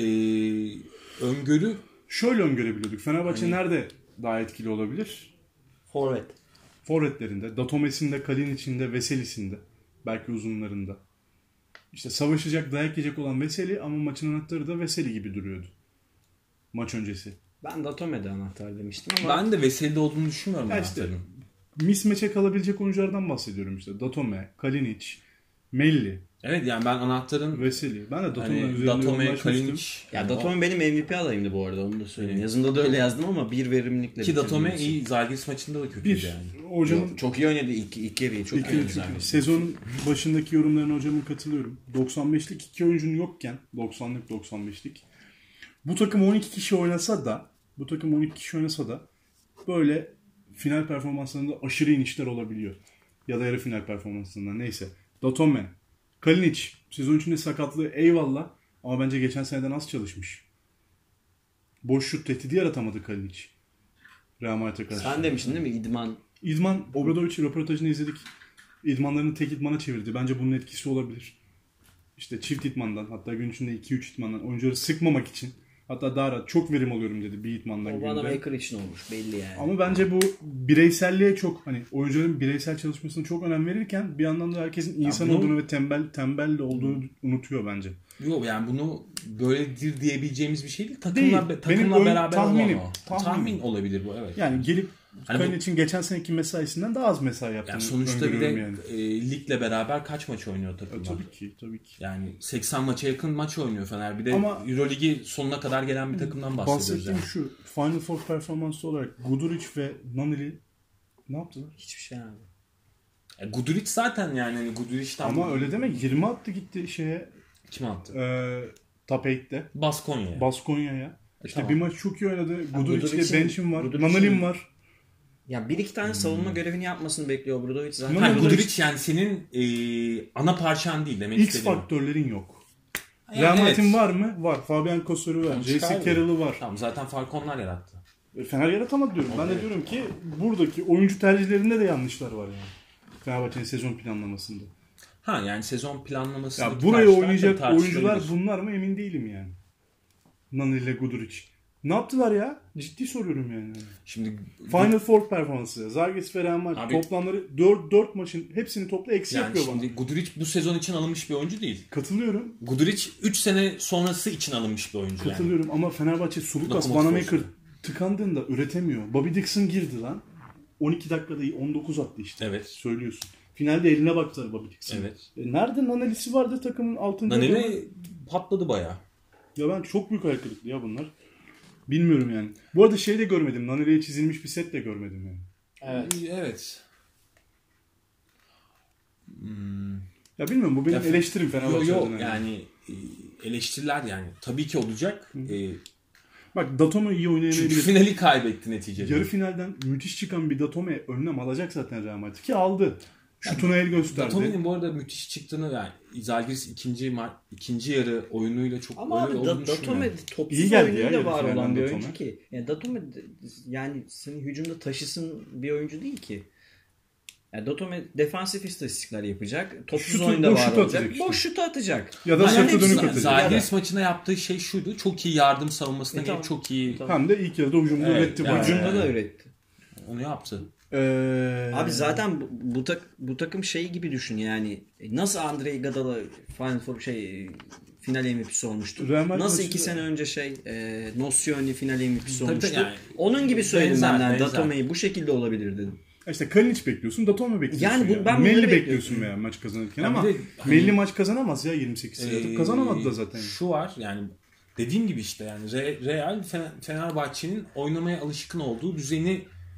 öngörü Şöyle öngörebiliyorduk. Fenerbahçe hani... nerede daha etkili olabilir? Forvet. Forvetlerinde, Datomes'inde, Kalinic'inde, Veseli'sinde. Belki uzunlarında. İşte savaşacak, dayak yiyecek olan Veseli ama maçın anahtarı da Veseli gibi duruyordu. Maç öncesi. Ben Datome'de anahtar demiştim ama... Ben de Veseli'de olduğunu düşünmüyorum. Ya işte, mismatch'e kalabilecek oyunculardan bahsediyorum işte. Datome, Kalinic, Melli. Evet yani ben anahtarın Veseli. Ben de Datome'den hani, üzerinde Datome, Kalinic. Ya Yani Datome o... benim M V P adayımdı bu arada, onu da söyleyeyim. Yazımda da öyle yazdım ama bir verimlilikle. Ki Datome iyi, Zalgiris maçında da kötüydü bir, yani. Hocamın, Yok, çok iyi oynadı ilk, ilk yarıyı. Çok ilk, iyi oynadı. sezonun başındaki yorumlarına hocamın katılıyorum. doksan beşlik iki oyuncun yokken doksanlık doksan beşlik bu takım on iki kişi oynasa da bu takım on iki kişi oynasa da böyle final performanslarında aşırı inişler olabiliyor. Ya da yarı final performanslarında neyse. Datome, Kalinic sezon içinde sakatlığı eyvallah ama bence geçen seneden az çalışmış. Boş şut tehdidi yaratamadı Kalinic. Real Madrid'e karşı. Sen demiştin değil mi? İdman. İdman, Obradovic röportajını izledik. İdmanlarını tek idmana çevirdi. Bence bunun etkisi olabilir. İşte çift idmandan, hatta gün içinde iki üç idmandan oyuncuları sıkmamak için. Hatta daha rahat, çok verim alıyorum dedi bir idmandan günde. O bana maker için olmuş belli yani. Ama bence bu bireyselliğe çok, hani oyuncuların bireysel çalışmasına çok önem verirken bir yandan da herkesin insan bunu... olduğunu ve tembel tembel olduğunu hmm. unutuyor bence. Yok yani bunu böyledir diyebileceğimiz bir şey değil. Takımlar, değil. takımla Benim beraber tahminim, olan o. tahminim. Tahmin olabilir bu, evet. Yani gelip hani Kalin için geçen seneki mesaisinden daha az mesai yaptığını yani sonuçta bir de yani. e, ligle beraber kaç maç oynuyor takımlar? E, tabii ki, tabii ki. Yani seksen maça yakın maç oynuyor Fener. Bir de ama Euroligi sonuna kadar gelen bir takımdan bahsediyoruz. Bahsettiğim yani. şu, Final Four performansı olarak Guduric ve Naneli ne yaptılar? Hiçbir şey abi. E, Guduric zaten yani hani Guduric'ten... Ama öyle deme, yirmi attı gitti şeye. Kim attı? E, Top eight'te. Baskonya'ya. Baskonya'ya. E, işte tamam. bir maç çok iyi oynadı. Ha, Guduric'le bench'im var. Nanelin var. Ya bir iki tane hmm. savunma görevini yapmasını bekliyor Obradovic zaten. Yani Guduric yani senin e, ana parçan değil demek X istediğim. faktörlerin yok. Yani Real Madrid'in evet. var mı? Var. Fabian Cossar'ı var. J C Carroll'ı var. Tamam, zaten fark onlar yarattı. Fener yaratamadı diyorum. Ben de diyorum ki buradaki oyuncu tercihlerinde de yanlışlar var yani. Fenerbahçe'nin sezon planlamasında. Ha yani sezon planlamasında. Ya buraya oynayacak oyuncular bunlar mı emin değilim yani. Naneli ile Guduric. Ne yaptılar ya? Ciddi soruyorum yani. Şimdi Final Four performansı. Zalgiris ve Real Madrid toplamları dört dört maçın hepsini topla eksi yani yapıyor şimdi bana. Guduric bu sezon için alınmış bir oyuncu değil. Katılıyorum. Guduric üç sene sonrası için alınmış bir oyuncu. Katılıyorum yani. Ama Fenerbahçe Sulukas, Vanamaker tıkandığında üretemiyor. Bobby Dixon girdi lan. on iki dakikada on dokuz attı işte. Evet. Söylüyorsun. Finalde eline baktılar Bobby Dixon. Evet. E nerede Nanelisi vardı takımın altında? Naneli patladı bayağı. Ya ben çok büyük hayal kırıklığı ya bunlar. Bilmiyorum yani. Bu arada şey de görmedim. Naneli'ye çizilmiş bir set de görmedim yani. Evet. Evet. Hmm. Ya bilmiyorum, bu benim ya, eleştirim Fenerbahçe'den. Yok yok yani eleştiriler yani tabii ki olacak. Ee, Bak Datome iyi oynayamayabilir. Çünkü finali kaybetti neticede. Yarı finalden müthiş çıkan bir Datome önlem alacak zaten Real Madrid ki aldı. Şutuna el gösterdi. Datome'nin bu arada müthiş çıktığını yani Zalgiris ikinci ma- ikinci yarı oyunuyla çok ama abi da, Datome topsuz oyunuyla var olan bir oyuncu Datome. Ki. Yani Datome yani senin hücumda taşısın bir oyuncu değil ki. Yani Datome defansif istatistikler yapacak. Topsuz şutu, oyunda var olacak. Işte. Boş şut atacak. Ya da sırtı dönük atacak. Zalgiris maçında yaptığı şey şuydu. Çok iyi yardım savunmasına e, tamam. Çok iyi. Tamam. Hem de ilk yarıda hücumda evet, üretti. Yani, hücumda yani. da üretti. Onu yaptı. Ee... Abi zaten bu, bu, tak, bu takım şey gibi düşün yani. Nasıl Andrei Iguodala Final Four şey final M V P'si olmuştu. Nasıl iki sene önce şey e, Nocioni final M V P'si olmuştu. Yani, onun gibi söyledim ben. Yani, Datome'yi bu şekilde olabilir dedim. İşte Kalinic bekliyorsun, Datome bekliyorsun. Yani bu, ya. ben Melli bekliyorsun veya maç kazanırken yani ama de, hani, Melli maç kazanamaz ya yirmi sekiz sayı atıp. Kazanamadı da zaten. Şu var yani dediğim gibi işte yani Real Fenerbahçe'nin oynamaya alışkın olduğu düzeni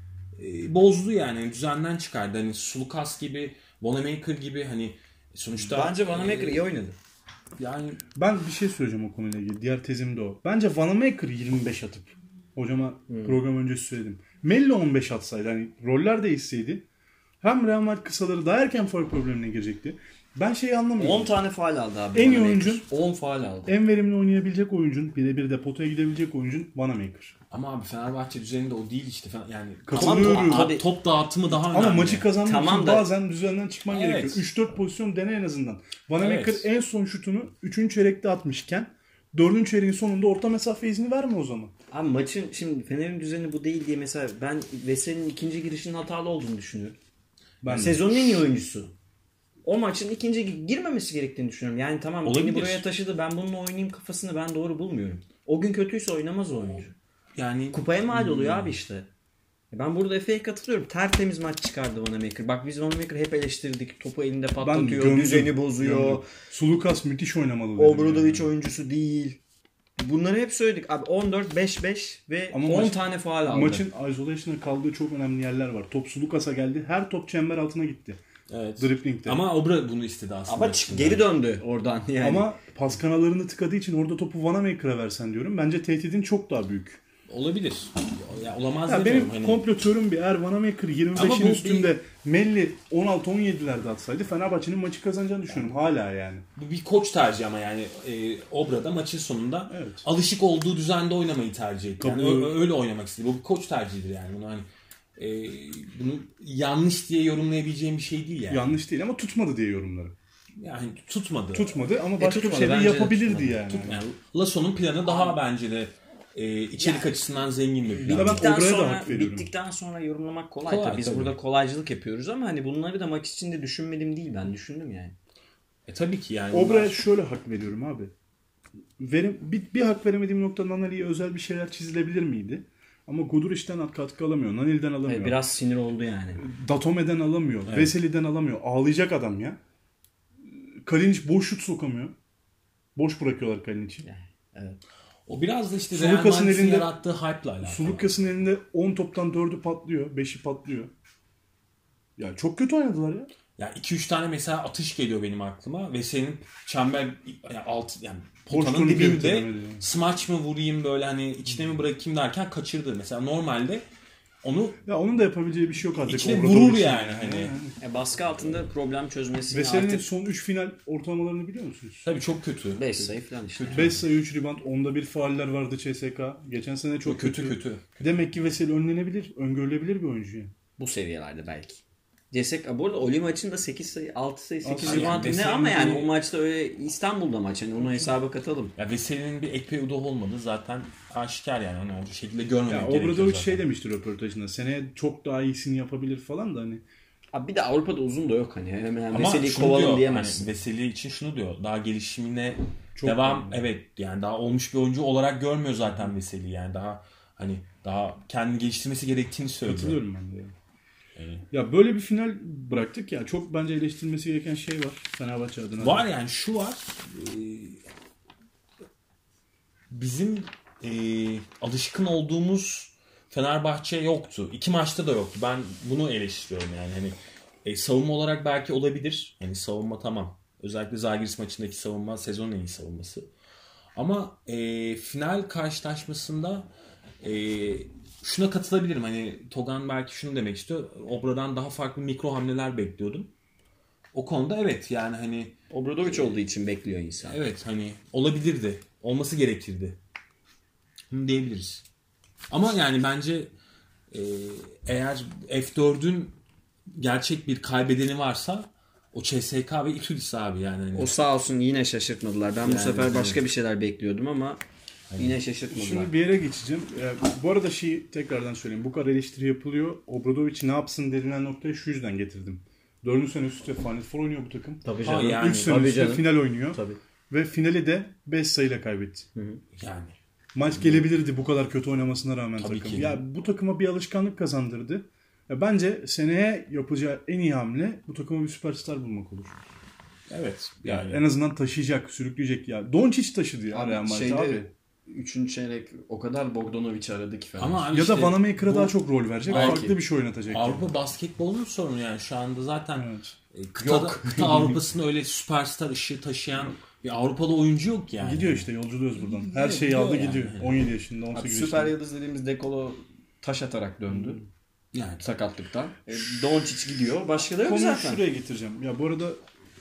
e, bozdu yani. Düzenden çıkardı. Hani Sulukas gibi, Wanamaker gibi hani sonuçta... Bence Wanamaker e, iyi oynadı. Yani ben bir şey söyleyeceğim o konuyla ilgili. Diğer tezim de o. Bence Wanamaker yirmi beş atıp hocama hmm. program öncesi söyledim. Melli on beş atsaydı hani roller değişseydi hem Real Madrid kısaları daha erken faul problemine girecekti. Ben şeyi anlamıyorum. on tane faul aldı abi. En iyi oyuncun, on faul aldı. En verimli oynayabilecek oyuncun, birebir de potaya gidebilecek oyuncun Wanamaker. Ama abi Fenerbahçe düzeninde o değil işte. Yani katılıyorum. Top, top, top dağıtımı daha önemli. Ama maçı kazanmak tamam için da... bazen düzenden çıkman evet. gerekiyor. üç dört pozisyon dene en azından. Wanamaker evet. en son şutunu üçüncü çeyrekte atmışken dördüncü çeyreğin sonunda orta mesafe izni verme o zaman. Abi maçın şimdi Fener'in düzeni bu değil diye mesela ben Veseli'nin ikinci girişinin hatalı olduğunu düşünüyorum. Ben sezonun en iyi oyuncusu. O maçın ikinci girmemesi gerektiğini düşünüyorum. Yani tamam beni buraya taşıdı ben bununla oynayayım kafasını ben doğru bulmuyorum. O gün kötüyse oynamaz o oyuncu. Yani kupaya mal oluyor hmm. abi işte. Ben burada Efe'ye katılıyorum. Tertemiz maç çıkardı Wanamaker. Bak biz Wanamaker'ı hep eleştirdik. Topu elinde patlatıyor, gömdüm, düzeni bozuyor. Gömdüm. Sulukas müthiş oynamalı. Obradovic yani. Oyuncusu değil. Bunları hep söyledik. Abi on dört beş beş ve ama on maç, tane faul aldı. Maçın isolation'a kaldığı çok önemli yerler var. Top Sulukas'a geldi. Her top çember altına gitti. Evet. Dripling'de. Ama Obra bunu istedi aslında. Ama çık, geri döndü oradan yani. Ama pas kanallarını tıkadığı için orada topu Wanamaker'a versen diyorum. Bence tehdidin çok daha büyük. Olabilir. Ya, olamaz ya benim hani... komplo teorim bir eğer Wanamaker yirmi beşin üstünde bir... Melli on altı on yedilerde atsaydı Fenerbahçe'nin maçı kazanacağını düşünüyorum. Hala yani. Bu bir koç tercihi ama yani e, Obra'da maçın sonunda evet. alışık olduğu düzende oynamayı tercih etti. Yani ö- öyle oynamak istedi. Bu bir koç tercihidir yani. Bunu hani e, bunu yanlış diye yorumlayabileceğim bir şey değil yani. Yanlış değil ama tutmadı diye yorumlarım. Yani tutmadı. Tutmadı ama başka e, bir şeyler yapabilirdi yani. yani. Lasso'nun planı daha bence de e, içerik yani, açısından zengin bir plan. Bittikten sonra, bittikten sonra yorumlamak kolay. kolay tabii. Biz tabii. burada kolaycılık yapıyoruz ama hani bunları da maç içinde düşünmedim değil ben düşündüm yani. E tabii ki yani. Obra'ya bunlar... şöyle hak veriyorum abi. Verim, bir, bir hak veremediğim noktadan Nani'ye özel bir şeyler çizilebilir miydi? Ama Guduric'ten katkı alamıyor. Nanil'den alamıyor. Evet, biraz sinir oldu yani. Datome'den alamıyor. Evet. Veseli'den alamıyor. Ağlayacak adam ya. Kalinic boş şut sokamıyor. Boş bırakıyorlar Kalinic'i. Evet. O biraz da işte Real Madrid'in yarattığı hype'la alakalı. Sulukas'ın elinde on toptan dördü patlıyor. beşi patlıyor. Ya çok kötü oynadılar ya. Ya iki üç tane mesela atış geliyor benim aklıma ve senin çember yani alt yani potanın dibinde smaç mı vurayım böyle hani içine mi bırakayım derken kaçırdı. Mesela normalde onu ya onun da yapabileceği bir şey yok artık. İçine vurur yani hani. yani. E baskı altında problem çözmesini Veseli'nin artık... son üç final ortalamalarını biliyor musunuz? Tabii çok kötü. beş sayı falan işte. beş sayı üç rebound, onda bir fauller vardı C S K. Geçen sene çok kötü, kötü. kötü. Demek ki Veseli önlenebilir, öngörülebilir bir oyuncu yani. Bu seviyelerde belki. C S K bu arada Oli maçında sekiz sayı, altı sayı, sekiz rebound yani ne ama yani bir... o maçta öyle İstanbul'da maç hani onu hesaba katalım. Ya Veseli'nin bir Ekpe Udoh olmadı zaten aşikar yani onu o şekilde görmemek ya, gerekiyor. Obradovic şey demişti röportajında. Seneye çok daha iyisini yapabilir falan da hani. Abi bir de Avrupa'da uzun da yok hani. Hemen Veseli'yi kovalım diyemezsin. Hani Veseli için şunu diyor. Daha gelişimine çok devam yani. Evet yani daha olmuş bir oyuncu olarak görmüyor zaten Veseli yani daha hani daha kendini geliştirmesi gerektiğini söylüyor. Katılıyorum ben de. Evet. Ya böyle bir final bıraktık ya çok bence eleştirilmesi gereken şey var Fenerbahçe adına. Var yani şu var. E, bizim e, alışkın olduğumuz Fenerbahçe yoktu. İki maçta da yoktu. Ben bunu eleştiriyorum yani. Hani e, savunma olarak belki olabilir. Hani savunma tamam. Özellikle Zalgiris maçındaki savunma sezonun en iyi savunması. Ama e, final karşılaşmasında e, şuna katılabilirim. Hani Togan belki şunu demek istiyor. Obra'dan daha farklı mikro hamleler bekliyordum. O konuda evet yani hani Obradovic olduğu için bekliyor insan. Evet hani olabilirdi. Olması gerekirdi. Bunu diyebiliriz. Ama yani bence e, eğer F dördün gerçek bir kaybedeni varsa o C S K ve Itudis abi yani. Hani. O sağ olsun yine şaşırtmadılar. Ben yani, bu sefer yani. başka bir şeyler bekliyordum ama hani. yine şaşırtmadılar. Şimdi bir yere geçeceğim. Ee, bu arada şeyi tekrardan söyleyeyim. Bu kadar eleştiri yapılıyor. Obradovic ne yapsın denilen noktaya şu yüzden getirdim. Dördüncü sene üst üste Final Four oynuyor bu takım. Tabii canım. Yani, üç sene üst üste final oynuyor. Tabii. Ve finali de beş sayıyla kaybetti. Hı hı. Yani. Maç gelebilirdi bu kadar kötü oynamasına rağmen Tabii takım. Ki. Ya bu takıma bir alışkanlık kazandırdı. Ya bence seneye yapacağı en iyi hamle bu takıma bir süperstar bulmak olur. Evet. Yani, yani en azından taşıyacak, sürükleyecek ya. Doncic taşıdı ya Real Madrid abi. Üçüncü çeyrek o kadar Bogdanovic aradı ki falan. Ama ya işte da Vanamaker'a daha çok rol verecek. Belki. Farklı bir şey oynatacak. Avrupa yani. basketbolunun sorunu yani. Şu anda zaten evet. kıtada, yok. Kıta Avrupa'sında öyle süperstar ışığı taşıyan bir Avrupalı oyuncu yok yani. Gidiyor işte, yolculuyoruz buradan. Her şeyi gidiyor aldı yani. Gidiyor. on yedi yaşında, on sekiz yaşında. Süper yıldız dediğimiz Dekolo taş atarak döndü. Yani sakatlıktan. E, Doncic gidiyor. Başka da yok Konuyu zaten. şuraya getireceğim. Ya bu arada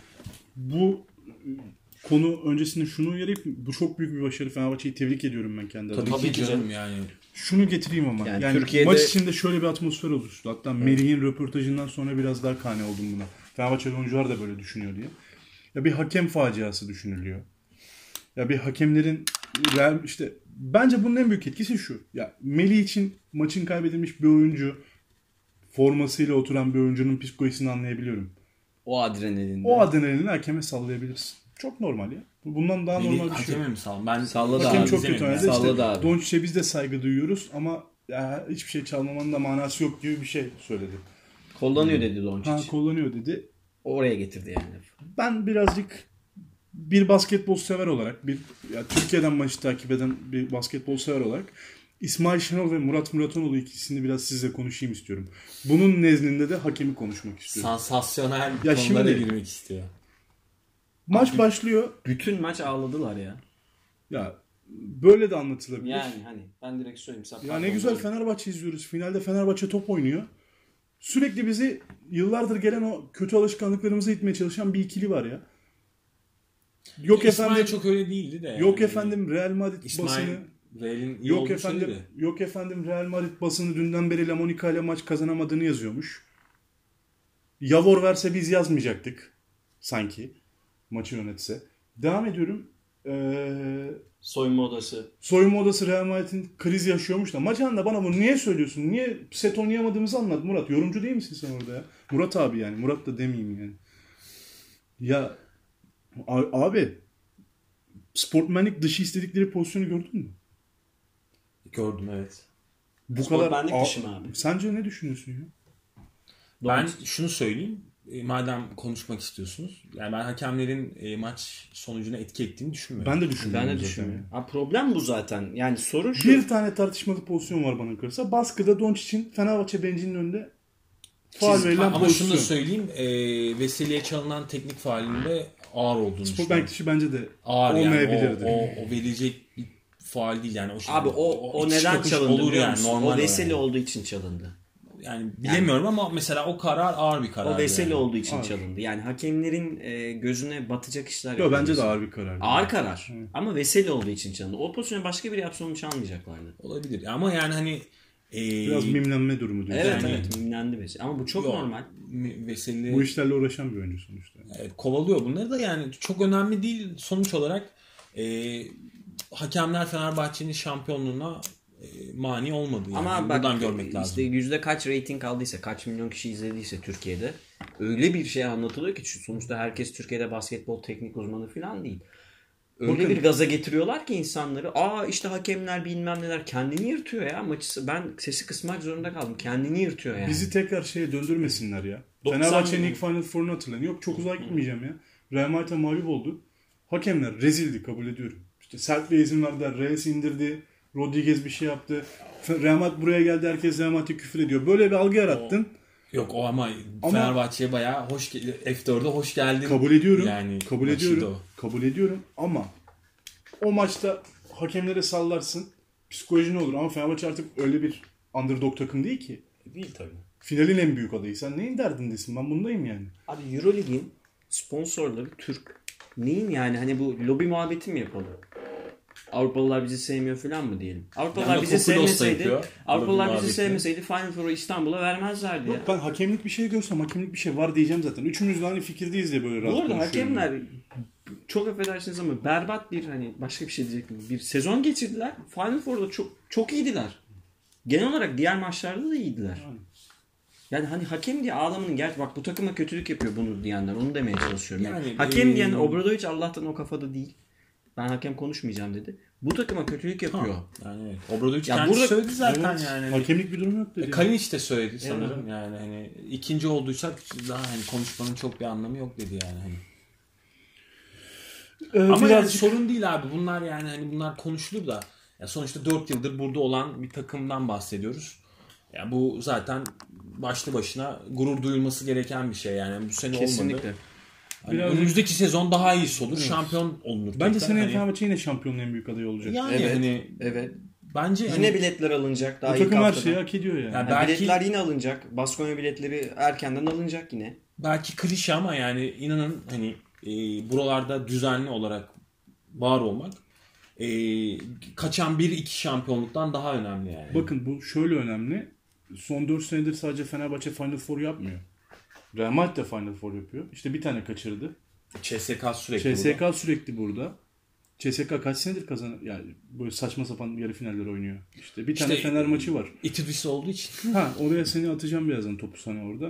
bu konu öncesinde şunu uyarayım. Bu çok büyük bir başarı. Fenerbahçe'yi tebrik ediyorum ben kendi adıma. Tabii ki canım yani. Şunu getireyim ama. Yani, yani Türkiye'de... maç içinde şöyle bir atmosfer oluştu. Hatta evet. Merih'in röportajından sonra biraz daha kane oldum buna. Fenerbahçeli oyuncular da böyle düşünüyor diye. Ya bir hakem faciası düşünülüyor. Ya bir hakemlerin işte bence bunun en büyük etkisi şu. Ya Melih için maçın kaybedilmiş bir oyuncu, formasıyla oturan bir oyuncunun psikolojisini anlayabiliyorum. O adrenalinde. O adrenalini hakeme sallayabilirsin. Çok normal ya. Bundan daha Melih, normal bir şey. Hakeme mi sal? Ben salladı hakem abi. çok kötü oynadı. İşte Doncic'e biz de saygı duyuyoruz ama ya, hiçbir şey çalmamanın da manası yok gibi bir şey söyledi. Kullanıyor dedi Doncic. Ha, kullanıyor dedi. Oraya getirdi yani. Ben birazcık bir basketbol sever olarak, bir ya Türkiye'den maçı takip eden bir basketbol sever olarak İsmail Şenol ve Murat Muratoğlu ikisini biraz sizle konuşayım istiyorum. Bunun nezdinde de hakemi konuşmak istiyorum. Sansasyonel ya konulara şimdi, girmek istiyor. Maç Abi, başlıyor. Bütün maç ağladılar ya. Ya böyle de anlatılabilir. Yani hani ben direkt söyleyeyim. Ya ne güzel Fenerbahçe izliyoruz. Finalde Fenerbahçe top oynuyor. Sürekli bizi yıllardır gelen o kötü alışkanlıklarımıza itmeye çalışan bir ikili var ya. Yok ya efendim İsmail çok öyle değildi de. Yok yani. efendim Real Madrid İsmail, basını. Real'in iyi yok efendim söyledi. Yok efendim Real Madrid basını dünden beri La Monica ile maç kazanamadığını yazıyormuş. Yavor verse biz yazmayacaktık sanki maçı yönetse. Devam ediyorum. Ee, soyunma odası. Soyunma odası Real Madrid'in kriz yaşıyormuş da maç anında bana bunu niye söylüyorsun? Niye set oynayamadığımızı anlat Murat. Yorumcu değil misin sen orada ya? Murat abi yani. Murat da demeyeyim yani. Ya abi sportmenlik dışı istedikleri pozisyonu gördün mü? Gördüm evet. Bu sportmenlik kadar dışı mı abi? Sence ne düşünüyorsun ya? Ben şunu söyleyeyim. E, madem konuşmak istiyorsunuz. Yani ben hakemlerin e, maç sonucuna etki ettiğini düşünmüyorum. Ben de düşünmüyorum. Ben de düşünmüyorum. Ha, problem bu zaten. Yani sorun şu. Bir tane tartışmalı pozisyon var bana kalırsa. Baskıda Doncic'in Fenerbahçe bencinin önünde faul verilen ama pozisyon. Ama şunu da söyleyeyim. E, Veseli'ye çalınan teknik faalinde ağır olduğunu düşünüyorum. Sportmenlik dışı bence de ağır olmayabilirdi. Yani. O, o, o verilecek bir faul değil yani. O Abi o, o, o neden çalındı olur yani. Normal o Veseli yani. Olduğu için çalındı. Yani bilemiyorum yani, ama mesela o karar ağır bir karar. O Veseli yani. olduğu için ağır. çalındı. Yani hakemlerin e, gözüne batacak işler. Yok bence de ağır bir karar. Ağır karar. Hı. Ama Veseli olduğu için çalındı. O pozisyonu başka biri yapsa onu çalmayacaklardı. Olabilir. Ama yani hani e, biraz mimlenme durumu diyor. Evet yani, evet mimlendi Veseli. Ama bu çok yok, normal. Veseli bu işlerle uğraşan bir oyuncu sonuçta. Evet, kovalıyor bunları da yani çok önemli değil. Sonuç olarak e, hakemler Fenerbahçe'nin şampiyonluğuna mani olmadı yani. Ama buradan bak, görmek lazım. İşte yüzde kaç reyting aldıysa, kaç milyon kişi izlediyse Türkiye'de öyle bir şey anlatılıyor ki sonuçta herkes Türkiye'de basketbol teknik uzmanı falan değil. Öyle Bakın, bir gaza getiriyorlar ki insanları. Aa işte hakemler bilmem neler kendini yırtıyor ya maçı. Ben sesi kısmak zorunda kaldım. Kendini yırtıyor yani. Bizi tekrar şeye döndürmesinler ya. Fenerbahçe'nin ilk Final Four'unu hatırlayın. Yok çok uzağa gitmeyeceğim ya. Real Madrid'e mağlup oldu. Hakemler rezildi kabul ediyorum. İşte sert bir izin verdiler. Reyes indirdi. Rodriguez bir şey yaptı. Real Madrid buraya geldi. Herkes Real Madrid'e küfür ediyor. Böyle bir algı yarattın. O, yok o ama, ama Fenerbahçe'ye bayağı hoş F dörde hoş geldin. Kabul ediyorum. Yani kabul ediyorum. Kabul ediyorum ama o maçta hakemlere sallarsın. Psikoloji ne olur? Ama Fenerbahçe artık öyle bir underdog takım değil ki. Değil tabii. Finalin en büyük adayı. Sen neyin derdindesin? Ben bundayım yani. Abi Euroleague'in sponsorları Türk. Neyin yani? Hani bu lobi muhabbeti mi yapalım? Avrupalılar bizi sevmiyor falan mı diyelim? Avrupalılar yani bizi sevmeseydi, Avrupalılar bizi sevmeseydi Final Four'u İstanbul'a vermezlerdi Yok, ya. Ben hakemlik bir şey görsem hakemlik bir şey var diyeceğim zaten. Üçümüz de aynı fikirdeyiz diye böyle rahat konuşuyoruz. Bu arada hakemler yani. çok affedersiniz ama berbat bir hani başka bir şey diyecektim. Bir sezon geçirdiler. Final Four'da çok çok iyiydiler. Genel olarak diğer maçlarda da iyiydiler. Yani. Yani hani hakem diye ağlamanın gerçi bak bu takıma kötülük yapıyor bunu diyenler. Onu demeye çalışıyorum. Yani, yani hakem ee... diyen Obradovic Allah'tan o kafada değil. Ben hakem konuşmayacağım dedi. bu takıma kötülük yapıyor. Ha, yani evet. Obradovic kendisi burada, söyledi zaten evet, yani. Hakemlik bir durum yok dedi. Kalinic de söyledi sanırım evet. Yani hani ikinci olduysak daha hani konuşmanın çok bir anlamı yok dedi yani hani. Ee, Ama birazcık... yani sorun değil abi. Bunlar yani hani bunlar konuşulur da ya sonuçta dört yıldır burada olan bir takımdan bahsediyoruz. Ya yani bu zaten başlı başına gurur duyulması gereken bir şey yani. Bu sene kesinlikle olmadı. Hani önümüzdeki sezon daha iyisi olur. Evet. Şampiyon olunur. Bence seneye hani... Fenerbahçe yine şampiyonun en büyük adayı olacak. Yani evet. Hani evet. Bence yine hani... biletler alınacak daha bu takım her şeyi hak ediyor yani. yani belki... Biletler yine alınacak. Baskonya biletleri erkenden alınacak yine. Belki klişe ama yani inanın hani e, buralarda düzenli olarak var olmak e, kaçan bir iki şampiyonluktan daha önemli yani. Bakın bu şöyle önemli. Son dört senedir sadece Fenerbahçe Final Four yapmıyor. Real Madrid de Final Four yapıyor. İşte bir tane kaçırdı. C S K sürekli C S K burada. sürekli burada. C S K kaç senedir kazanıyor? Yani böyle saçma sapan yarı finaller oynuyor. İşte bir işte, tane Fener maçı var. İtibisi olduğu için. Ha oraya seni atacağım birazdan topu sana orada.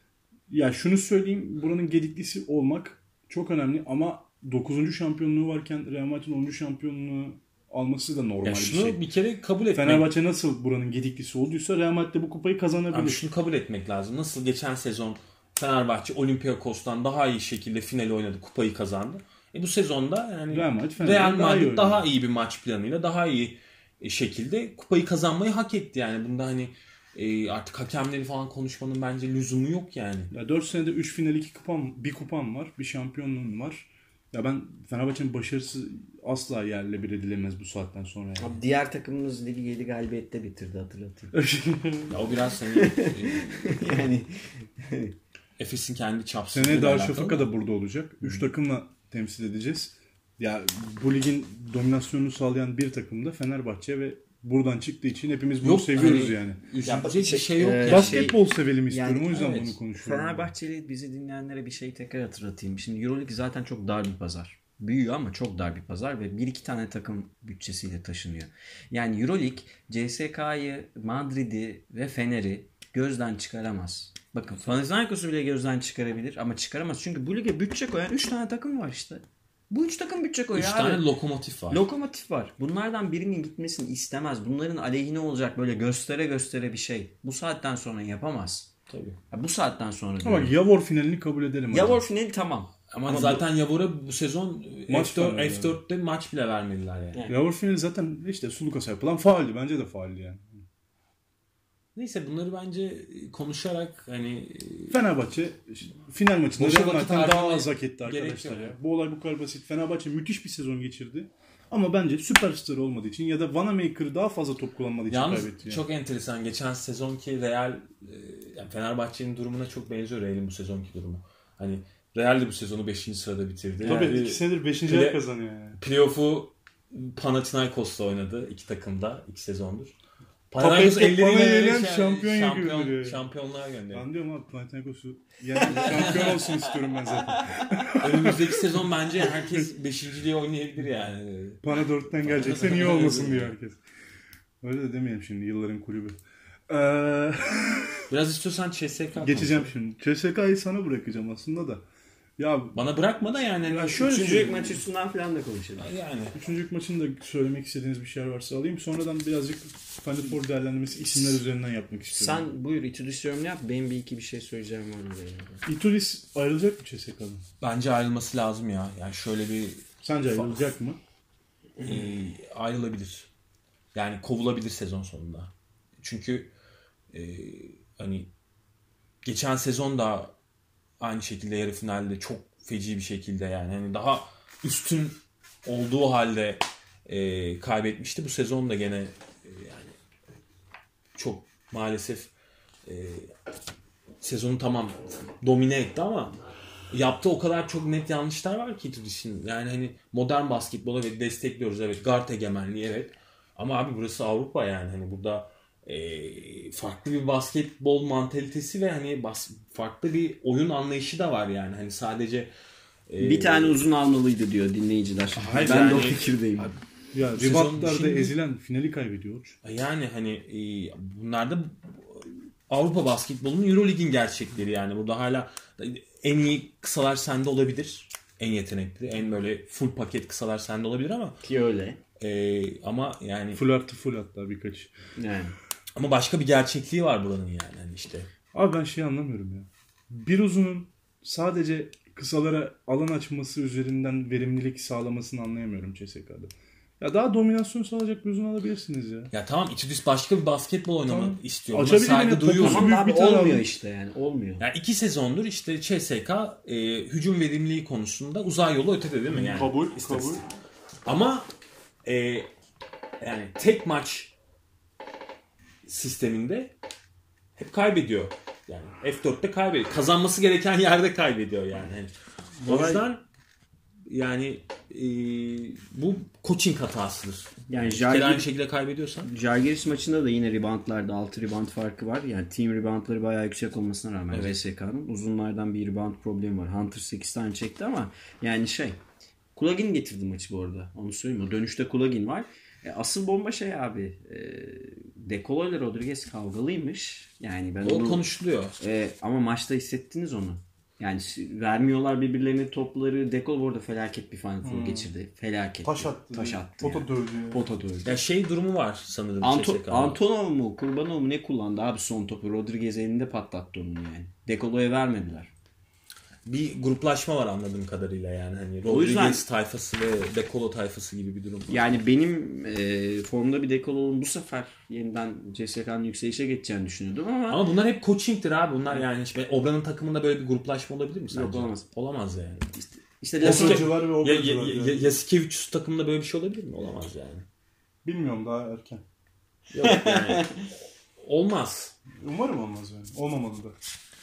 Ya şunu söyleyeyim. Buranın gediklisi olmak çok önemli ama dokuzuncu şampiyonluğu varken Real Madrid'in onuncu şampiyonluğu alması da normal ya bir şunu şey. bir kere kabul etmek. Fenerbahçe nasıl buranın gediklisi olduysa Real Madrid de bu kupayı kazanabilir. Abi şunu kabul etmek lazım. Nasıl geçen sezon Fenerbahçe Olympiakos'tan daha iyi şekilde finali oynadı, kupayı kazandı. E bu sezonda yani Real Madrid, Real Madrid daha, daha iyi bir maç planıyla daha iyi şekilde kupayı kazanmayı hak etti yani. Bunda hani e, artık hakemleri falan konuşmanın bence lüzumu yok yani. Ya dört senede üç final iki kupam, bir kupam var, bir şampiyonluğum var. Ya ben Fenerbahçe'nin başarısı asla yerle bir edilemez bu saatten sonra yani. Abi diğer takımımız ligi yedi galibiyette bitirdi hatırlatayım. Ya o biraz seni yani Efes'in kendi çapsızlığı. Seneye Darüşşafaka da burada olacak. Üç takımla temsil edeceğiz. Ya bu ligin dominasyonunu sağlayan bir takım da Fenerbahçe ve buradan çıktığı için hepimiz bunu yok, seviyoruz hani, yani. Üzülecek bir şey yok. E, basketbol şey, sevelim istiyorum. Yani, o yüzden evet, bunu konuşuyorum. Fenerbahçeli bizi dinleyenlere bir şey tekrar hatırlatayım. Şimdi Euroleague zaten çok dar bir pazar. Büyüyor ama çok dar bir pazar ve bir iki tane takım bütçesiyle taşınıyor. Yani Euroleague C S K'yı, Madrid'i ve Fener'i gözden çıkaramaz. Bakın Panathinaikos'u bile gözden çıkarabilir ama çıkaramaz. Çünkü bu lige bütçe koyan üç tane takım var işte. Bu üç takım bütçe koyuyor üç abi. tane lokomotif var. Lokomotif var. Bunlardan birinin gitmesini istemez. Bunların aleyhine olacak böyle göstere göstere bir şey. Bu saatten sonra yapamaz. Tabii. Ya bu saatten sonra. Ama Javor finalini kabul edelim. Javor finali tamam. Ama, Ama zaten bu... Javor'a bu sezon F dört, F dörtte yani. Maç bile vermediler yani. yani. Javor finali zaten işte Sulukas'a yapılan fauldü. Bence de fauldü yani. Neyse bunları bence konuşarak hani Fenerbahçe final maçında Real Madrid'den daha az hak etti arkadaşlar ya. Bu olay bu kadar basit. Fenerbahçe müthiş bir sezon geçirdi. Ama bence süperstar olmadığı için ya da Wanamaker daha fazla top kullanmadığı için yalnız kaybetti. Yani. Çok enteresan. Geçen sezonki Real yani Fenerbahçe'nin durumuna çok benziyor Real'in bu sezonki durumu. Hani Real de bu sezonu beşinci sırada bitirdi. Tabii yani, iki senedir beşinci yer kazanıyor yani. Playoff'u Panathinaikos'la oynadı iki takımda iki sezondur. Panathinaikos elleriyle yenen şampiyon, şampiyon gibi. Şampiyonluğa gönderiyor. Ben diyorum abi Panathinaikos'u yani şampiyon olsun istiyorum ben zaten. Önümüzdeki sezon bence herkes beşinciliği oynayabilir yani. Pana dörtten gelecekse niye olmasın diyor herkes. Öyle de demeyelim şimdi yılların kulübü. Ee... Biraz istiyorsan C S K geçeceğim şimdi. C S K'yı sana bırakacağım aslında da. Ya bana bırakma da yani. Ya şöyle üçüncülük maçı üstünden falan da konuşalım. Yani. Üçüncülük maçında söylemek istediğiniz bir şeyler varsa alayım. Sonradan birazcık Final Four değerlendirmesi isimler üzerinden yapmak istiyorum. Sen buyur Itudis yorumunu yap. Benim bir iki bir şey söyleyeceğim var mı? Itudis ayrılacak mı C S K'dan? Bence ayrılması lazım ya. Yani şöyle bir... Sence ayrılacak mı? E, ayrılabilir. Yani kovulabilir sezon sonunda. Çünkü e, hani geçen sezon da aynı şekilde yarı finalde çok feci bir şekilde yani hani daha üstün olduğu halde e, kaybetmişti. Bu sezon da gene e, yani çok maalesef e, sezonu tamam domine etti ama yaptığı o kadar çok net yanlışlar var ki Itudis'in. Yani hani modern basketbola evet destekliyoruz evet guard egemenliği evet ama abi burası Avrupa yani hani burada E, farklı bir basketbol mantalitesi ve hani bas, farklı bir oyun anlayışı da var yani hani sadece e, bir tane uzun almalıydı diyor dinleyiciler. Hayır, ben yani, de o fikirdeyim. Abi, ya reboundlarda ezilen finali kaybediyor. Yani hani e, bunlar da Avrupa basketbolunun Euroleague'in gerçekleri yani burada hala en iyi kısalar sende olabilir. En yetenekli, en böyle full paket kısalar sende olabilir ama ki öyle. Ee, ama yani full artı full hatta birkaç. Yani. Ama başka bir gerçekliği var buranın yani hani işte. Abi ben şey anlamıyorum ya. Bir uzunun sadece kısalara alan açması üzerinden verimlilik sağlamasını anlayamıyorum C S K'da. Ya daha dominasyon sağlayacak bir uzun alabilirsiniz ya. Ya tamam Itudis başka bir basketbol oynamak tamam. istiyor. Buna Açabilir saygı mi? duyuyorum. Ama büyük abi bir tane olmuyor aldım. işte yani olmuyor. Yani iki sezondur işte C S K e, hücum verimliliği konusunda uzay yolu ötede değil mi? Yani Kabul, istatistik. kabul. Ama e, yani tek maç sisteminde hep kaybediyor. Yani F dörtte kaybediyor. Kazanması gereken yerde kaybediyor yani. Yani o yüzden yani e, bu coaching hatasıdır. Yani Bir kere aynı Jalgiris, şekilde kaybediyorsan. Jalgiris maçında da yine reboundlarda altı rebound farkı var. Yani team reboundları bayağı yüksek olmasına rağmen Evet. V S K'nın uzunlardan bir rebound problemi var. Hunter sekiz tane çekti ama yani şey Kulagin getirdi maçı bu arada. Onu söyleyeyim. O dönüşte Kulagin var. E, asıl bomba şey abi. E, Dekolo ile Rodriguez kavgalıymış. Yani ben O onu, konuşuluyor. e, ama maçta hissettiniz onu. Yani vermiyorlar birbirlerine topları. Dekolo bu arada felaket bir Final Four hmm. geçirdi. Felaket. Taş attı. Taş attı. Pota yani. dövdü. Ya. Pota dövdü. Ya şey durumu var sanırım. Anto- Antonov mu? Kurbanov mu? Ne kullandı abi son topu? Rodriguez elinde patlattı onu yani. Dekolo'ya vermediler. Bir gruplaşma var anladığım kadarıyla yani. Hani Rodriguez yüzden, tayfası ve Dekolo tayfası gibi bir durum var. Yani benim e, formda bir Dekolo'nun bu sefer yeniden C S K'nın yükselişe geçeceğini düşünüyordum ama... Ama bunlar hep coaching'tir abi. Bunlar yani işte Obra'nın takımında böyle bir gruplaşma olabilir mi sence? Yok olamaz. Olamaz yani. İşte, işte Obracılar ve ya, obracılar. ya, ya, Yasikevicius takımında böyle bir şey olabilir mi? Olamaz yani. Bilmiyorum daha erken. Yok yani. Olmaz. Umarım olmaz yani. Olmamalı da.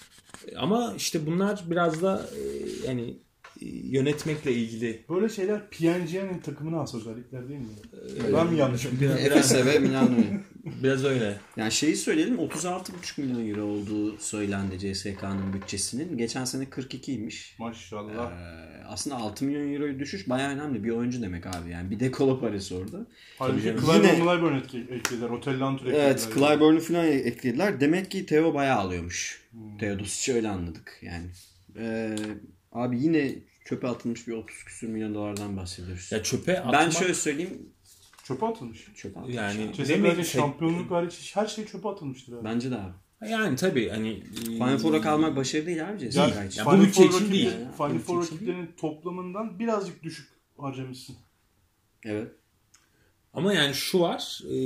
Ama işte bunlar biraz da e, yani e, yönetmekle ilgili. Böyle şeyler P N G'nin takımına has özellikler değil mi? Ee, ben mi yanlışım? Efes'e ve Milano'ya. Biraz öyle. Yani şeyi söyleyelim otuz altı buçuk milyon euro olduğu söylendi C S K'nın bütçesinin. Geçen sene kırk ikiymiş. Maşallah. Ee, aslında altı milyon euroyu düşüş bayağı önemli. Bir oyuncu demek abi yani. Bir de Dekolo parası orada. Halbuki Yine... Clyburn eklediler. Otel Lantur eklediler. Evet Clyburn'u falan eklediler. Demek ki Theo bayağı alıyormuş. Hmm. Theodosic'i öyle anladık yani. Ee, abi yine çöpe atılmış bir otuz küsür milyon dolardan bahsediyoruz. Ya çöpe atmak... Ben şöyle söyleyeyim. Çöpe atılmış. Çöpe atılmış. Yani C S K'de şampiyonluk hariç her şey çöpe atılmıştır abi. Bence de abi. Yani tabii hani Final Four'a kalmak başarı değil abi C S K için. Bu bütçe için değil. Final Four rakiplerinin toplamından birazcık düşük harcamışsın. Evet. Ama yani şu var e,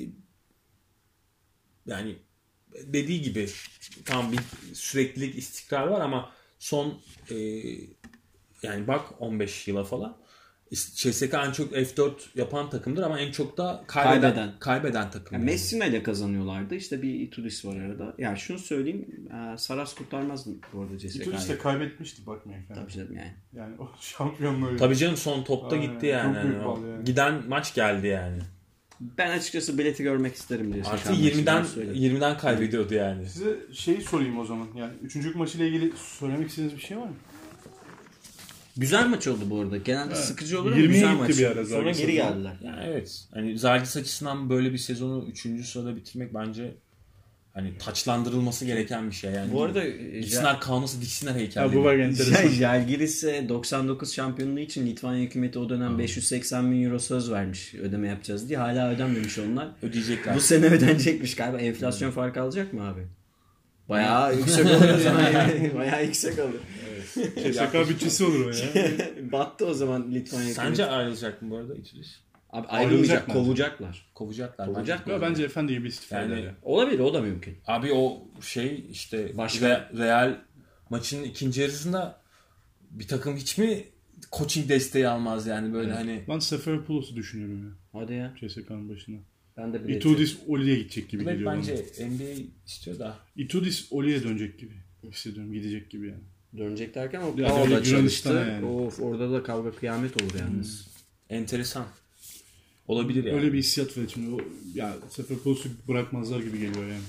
yani dediği gibi tam bir süreklilik istikrar var ama son e, yani bak on beş yıla falan C S K en çok F dört yapan takımdır ama en çok da kaybeden kaybeden, kaybeden takım. Yani Messina ile kazanıyorlardı. İşte bir Itudis var arada. Yani şunu söyleyeyim. Saras kurtarmazdı bu arada C S K'yı. Itudis de kaybetmişti bakmayın. Tabii canım yani. Yani o şampiyonluğu. Tabii canım son topta Aa, gitti yani. yani. yani. Giden maç geldi yani. Ben açıkçası bileti görmek isterim diye. Artı yirmiden yirmiden kaybediyordu yani. Size şeyi sorayım o zaman. Yani üçüncülük maçıyla ilgili söylemek istediğiniz bir şey var mı? Güzel maç oldu bu arada. Genelde evet. Sıkıcı olur ama güzel maç. Bir ara sonra geri geldiler. Yani evet. Hani Zalgiris açısından böyle bir sezonu üçüncü sırada bitirmek bence hani taçlandırılması gereken bir şey. Yani bu arada diksinler kalması diksinler heykelleri. Bu var enteresan. Zalgiris'e doksan dokuz şampiyonluğu için Litvanya hükümeti o dönem hmm. beş yüz seksen bin euro söz vermiş ödeme yapacağız diye. Hala ödenmemiş onlar. Ödeyecekler. Bu sene ödenecekmiş galiba. Enflasyon hmm. farkı alacak mı abi? Bayağı yüksek olur o zaman. Bayağı yüksek olur. C S K bütçesi olur o ya. Battı o zaman Litvanya. Sence ayrılacak mı bu arada Itudis? Abi ayrılmayacak, kovacaklar. Kovacaklar. Kovacaklar. Bence, bence efendi gibi istifa yani, eder. Olabilir, o da mümkün. Abi o şey işte başka Real maçın ikinci yarısında bir takım hiç mi coaching desteği almaz yani böyle evet. Hani. Ben Seferopoulos'u düşünüyorum ya. Hadi ya. C S K'nın başına. Ben de Itudis Oli'ye gidecek gibi evet, geliyor bence bana. N B A istiyor da. Itudis Oli'ye dönecek gibi hissediyorum. Gidecek gibi yani. Dönecek derken o Pao'da çalıştı. Yani. Of, orada da kavga kıyamet olur yalnız. Hmm. Enteresan. Olabilir yani. Öyle bir hissiyat var şimdi. O, ya Seferopoulos'u bırakmazlar gibi geliyor yani.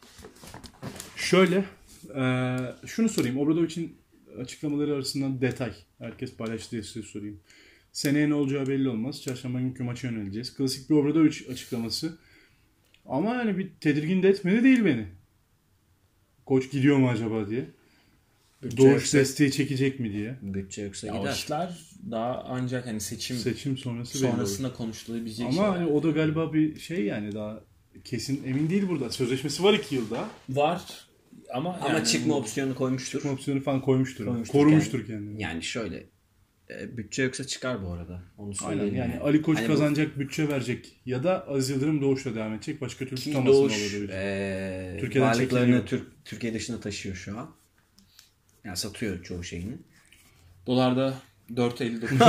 Şöyle e, şunu sorayım. Obradovic'in açıklamaları arasından detay. Herkes paylaştı diye size sorayım. Seneye ne olacağı belli olmaz. Çarşamba günkü maça yöneleceğiz. Klasik bir Obradovic açıklaması. Ama yani bir tedirgin de etmedi değil beni. Koç gidiyor mu acaba diye. Bütçe Doğuş yoksa, desteği çekecek mi diye. Bütçe yoksa ya gider. O işler daha ancak hani seçim seçim sonrası sonrasında konuşulabilecek ama şeyler. Hani o da galiba bir şey yani daha kesin emin değil burada. Sözleşmesi var iki yılda. Var ama ama yani, çıkma opsiyonu koymuştur. Çıkma opsiyonu falan koymuştur. koymuştur Korumuştur kendini. kendini. Yani şöyle e, bütçe yoksa çıkar bu arada. Onu söyleyeyim. Aynen yani, yani Ali Koç hani kazanacak, bu... bütçe verecek ya da Aziz Yıldırım Doğuş'la devam edecek. Başka türlü tutamasın olabilir. E, Türkiye'den varlıklarını Türk, Türkiye dışına taşıyor şu an. Yani satıyor çoğu şeyini. Dolarda dört elli dokuz.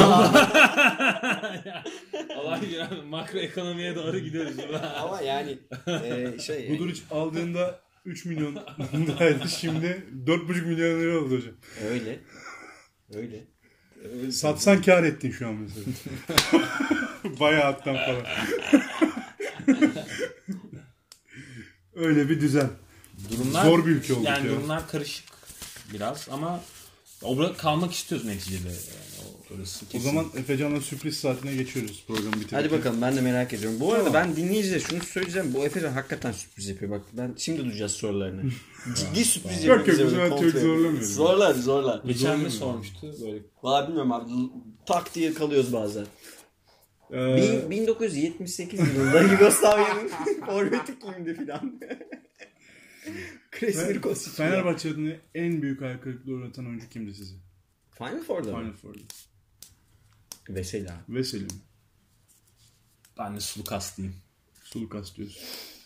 Allah giren makroekonomiye doğru gidiyoruz. Ama yani e, şey. Buduric aldığında üç milyon liraydı, şimdi dört buçuk milyon lira oldu hocam. Öyle. Öyle. Öyle satsan kar ettin şu an mesela. Bayağı alttan falan. Öyle bir düzen. Durumlar, zor bir ülke oldu. Yani ya. durumlar karışık biraz ama o kalmak istiyoruz neticede. Yani o, orası o zaman Efecan'la sürpriz saatine geçiyoruz programı bitirirken. Hadi bakalım, ben de merak ediyorum. Bu arada ben dinleyiciye şunu söyleyeceğim. Bu Efecan hakikaten sürpriz yapıyor. Bak ben şimdi duyacağız sorularını. Ciddi sürpriz yapıyor. Yok yok biz ben çok zorlamıyorum. Zorla zorla. Geçen ne sormuştu böyle? Valla bilmiyorum abi. Tak diye kalıyoruz bazen. Ee... bin dokuz yüz yetmiş sekiz yılında Yugoslavya'nın forveti kimdi filan. Kresmir Kosic. Fenerbahçe'nin en büyük hayal kırıklığı uğratan oyuncu kimdi size? Final Four'da mı? Final Four'da. Veseli abi. Veseli mi? Ben de Sulukas diyeyim. Sulukas diyorsun.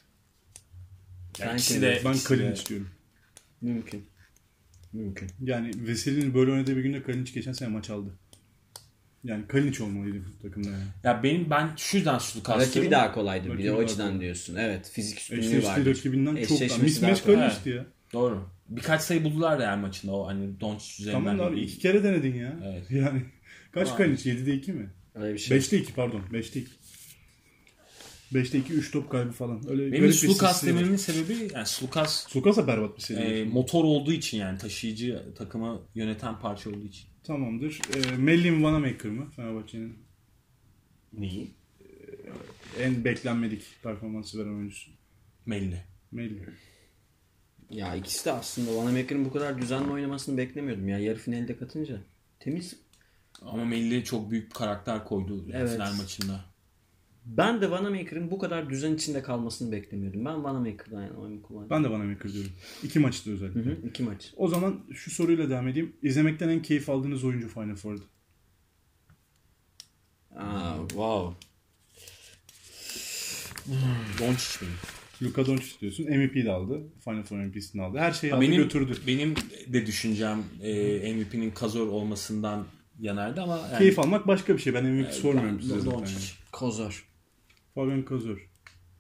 Yani ikisi de, ben Kalinic istiyorum. Mümkün. Mümkün. Yani Veseli'nin böyle oynadığı bir günde Kalinic geçen sene maç aldı. Yani Kalinic olmalıydı bu takımda yani. Ya benim ben şuradan Sulukas diyorum. Rakibi daha kolaydı bir de o açıdan diyorsun. Evet, fizik üstünlüğü vardı. Eşleştiği rakibinden çok daha. Mismatch Kalinic'ti ya. Doğru. Birkaç sayı buldular Real maçında o hani Doncic üzerinden. Tamam abi iki kere denedin ya. Evet. Yani kaç Kalinic? yedide iki mi? Öyle bir şey. beşte iki pardon. beşte iki. beşte iki üç top kaybı falan. Öyle benim Sulukas dememin sebebi yani Sulukas Sulukas da berbat bir seri. E, motor olduğu için yani taşıyıcı takımı yöneten parça olduğu için. Tamamdır. E, Mellin Vanamaker mı Fenerbahçe'nin? Neyi? E, en beklenmedik performansı veren oyuncusu. Melli. Melli. Ya ikisi de aslında Vanamaker'ın bu kadar düzenli oynamasını beklemiyordum ya. Yarı finalde katınca. Temiz. Ama Melli çok büyük karakter koydu evet. Final maçında. Ben de Vanamaker'ın bu kadar düzen içinde kalmasını beklemiyordum. Ben Vanamaker'dan yani oyunu kullandım. Ben de Vanamaker diyorum. İki maçta özellikle. Hı hı, iki maç. O zaman şu soruyla devam edeyim. İzlemekten en keyif aldığınız oyuncu Final Four'da? Aa, wow. Doncic benim. Luka Doncic diyorsun. M V P de aldı. Final Four M V P'sini aldı. Her şeyi aldı benim, götürdü. Benim de düşüncem e, M V P'nin Kazor olmasından yanardı ama yani, keyif almak başka bir şey. Ben M V P e, sormuyorum size zaten. Yani. Kazor. Fabian Kazor.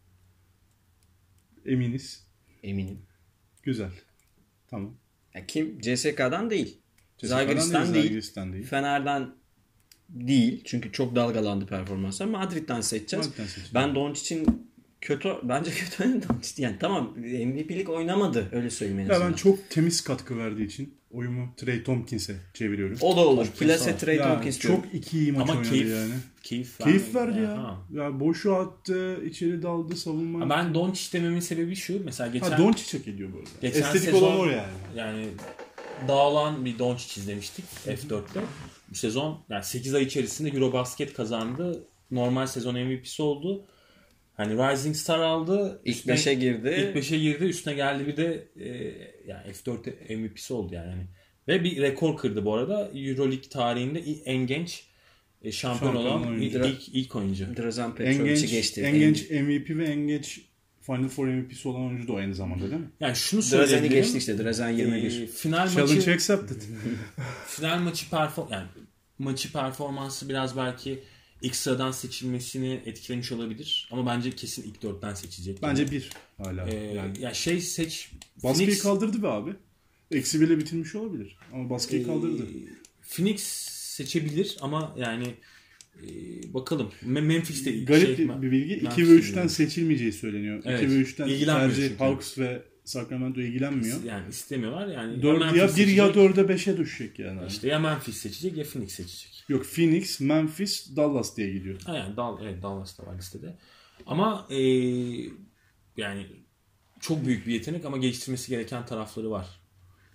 Eminiz. Eminim. Güzel. Tamam. Ya kim? C S K'dan değil. Zalgiris'ten değil. değil. değil. Fener'den değil. Çünkü çok dalgalandı performansı. Madrid'den seçeceğiz. Madrid'den seçeceğiz. Ben Doncic'in kötü, bence kötü oynadı Doncic. Yani tamam M V P'lik oynamadı. Öyle söyleyeyim en azından. Ben çok temiz katkı verdiği için oyumu Trey Tompkins'e çeviriyorum. O da olur. Plase Trey Tompkins diyorum. Çok iki iyi maç ama oynadı keyif, yani. Keyif, keyif verdi ya. Ha. Ya boşu attı, içeri daldı, savunma. Ha, ben Doncic dememin sebebi şu. Mesela geçen Ha Doncic hak ediyor bu arada. Geçen estetik sezon, olan o yani. Yani dağılan bir Doncic izlemiştik F dörtte. Bu sezon yani sekiz ay içerisinde Eurobasket kazandı. Normal sezon M V P'si oldu. Hani Rising Star aldı. İlk beşe girdi. İlk beşe girdi. Üstüne geldi bir de e, yani F dört M V P'si oldu yani. Ve bir rekor kırdı bu arada. Euroleague tarihinde en genç e, şampiyon, şampiyon olan ilk, ilk, ilk oyuncu. Drazen Petrovic'i geçti. En genç M V P ve en genç Final Four M V P'si olan oyuncu da o aynı zamanda değil mi? Yani şunu söyleyebilirim. Drazen'i geçti işte. Drazen yirmi bir. E, final Challenge maçı accepted. Final maçı perform yani maçı performansı biraz belki ilk sıradan seçilmesini etkilemiş olabilir. Ama bence kesin ilk dörtten seçecek. Bence yani. bir hala. Ee, yani. Ya şey seç. Baskıyı Phoenix... kaldırdı be abi. Eksi birle bitirmiş olabilir. Ama baskıyı ee, kaldırdı. Phoenix seçebilir ama yani e, bakalım. Memphis'te garip şey, bir bilgi. iki ve üçten seçilmeyeceği söyleniyor. Evet, iki ve üçten tercih Hawks ve Sacramento ilgilenmiyor. Yani istemiyorlar yani. dört, ya, ya bir ya dörde beşe düşecek yani. İşte ya Memphis seçecek ya Phoenix seçecek. Yok Phoenix, Memphis, Dallas diye gidiyor. Ha yani Dal evet Dallas da var listede. Ama e, yani çok büyük bir yetenek ama geliştirmesi gereken tarafları var.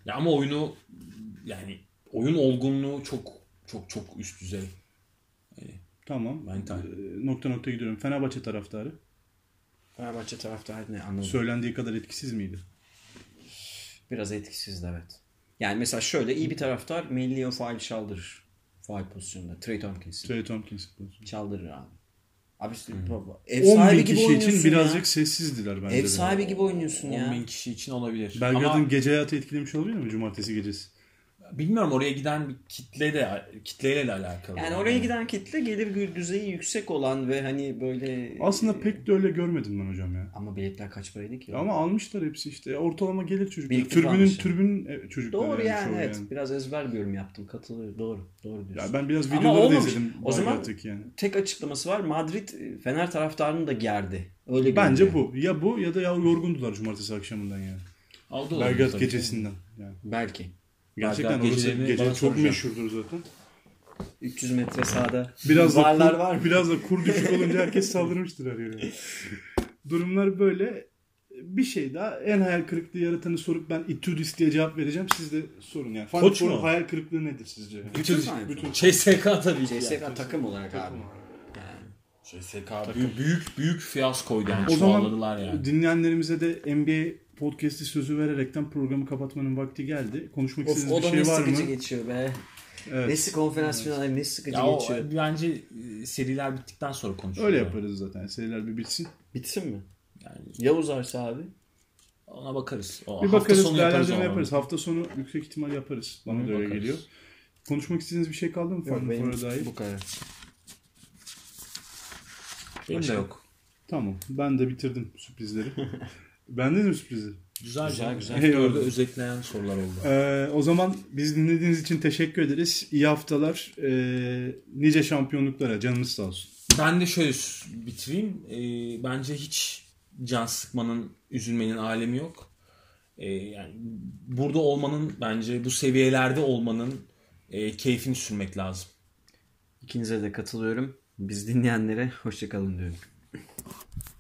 Ya ama oyunu yani oyun olgunluğu çok çok çok üst düzey. Yani, tamam. mental. E, nokta nokta gidiyorum. Fenerbahçe taraftarı. Fenerbahçe taraftarı ne anladım. Söylendiği kadar etkisiz miydi? Biraz etkisizdi evet. Yani mesela şöyle iyi bir taraftar Melli'ye faul çaldırır. Faul pozisyonunda. Trey Tompkins. Trey Tompkins. Çaldırır abi. Abi Hmm. ev sahibi gibi kişi oynuyorsun için birazcık ya. sessizdiler bence. Ev de. sahibi gibi oynuyorsun ya. on bin kişi için olabilir. Belgrad'ın Ama gece hayatı etkilemiş olabilir mi cumartesi gecesi? bilmiyorum, oraya giden bir kitle de kitleyle de alakalı. Yani oraya giden kitle gelir düzeyi yüksek olan ve hani böyle... Aslında pek de öyle görmedim ben hocam ya. Ama biletler kaç paraydı ki? Ama almışlar hepsi işte. Ortalama gelir çocuklar. Birlikte Türbünün almışlar. türbünün e, çocukları. Doğru yani, yani evet. Yani. Biraz ezber bir yorum yaptım. Katılıyorum. Doğru. Doğru diyorsun. Ya ben biraz Ama videoları da olmamış. izledim. O zaman yani. tek açıklaması var. Madrid Fener taraftarını da gerdi. Öyle Bence görünüyor. bu. Ya bu ya da ya yorgundular cumartesi akşamından yani. Aldı Belgrad gecesinden. Yani. Belki. Gerçekten Belgrad orası gecelerini gece bana çok soracağım. meşhurdur zaten. üç yüz metre sağda Biraz da varlar kur, var mı? biraz da kur düşük olunca herkes saldırmıştır her yere. Durumlar böyle. Bir şey daha, en hayal kırıklığı yaratanı sorup ben Itudis diye cevap vereceğim. Siz de sorun yani. Koç Final mu? Four'un hayal kırıklığı nedir sizce? Bütün bütün C S K tabii ki. C S K takım olarak abi. C S K büyük büyük büyük fiyaskoydu yani. O zaman Çuvalladılar yani. dinleyenlerimize de N B A podcast'i sözü vererekten programı kapatmanın vakti geldi. Konuşmak Of, istediğiniz o bir da şey ne var mı? sıkıcı geçiyor be. Evet. Nesi konferans finali ne sıkıcı Ya o, geçiyor. bence e, seriler bittikten sonra konuşuruz. Öyle yaparız zaten. Seriler bir bitsin. Bitsin mi? Yani Ya uzarsa abi? ona bakarız. O, Bir hafta bakarız, sonu yaparız. değerlendirme onu. yaparız. Hafta sonu yüksek ihtimal yaparız. Bana Hı, da öyle bakarız. geliyor. Konuşmak istediğiniz bir şey kaldı mı? Yok, Final benim Four'a dair? bu kadar. Benim de yok. Tamam. Ben de bitirdim sürprizleri. Bende de mi sürprizi? Güzel Güzel, güzel. güzel. Dördü özetleyen sorular oldu. Ee, o zaman biz dinlediğiniz için teşekkür ederiz. İyi haftalar. Ee, nice şampiyonluklara. Canınız sağ olsun. Ben de şöyle bitireyim. Ee, bence hiç can sıkmanın, üzülmenin alemi yok. Ee, yani burada olmanın, bence bu seviyelerde olmanın e, keyfini sürmek lazım. İkinize de katılıyorum. Biz dinleyenlere hoşça kalın diyorum.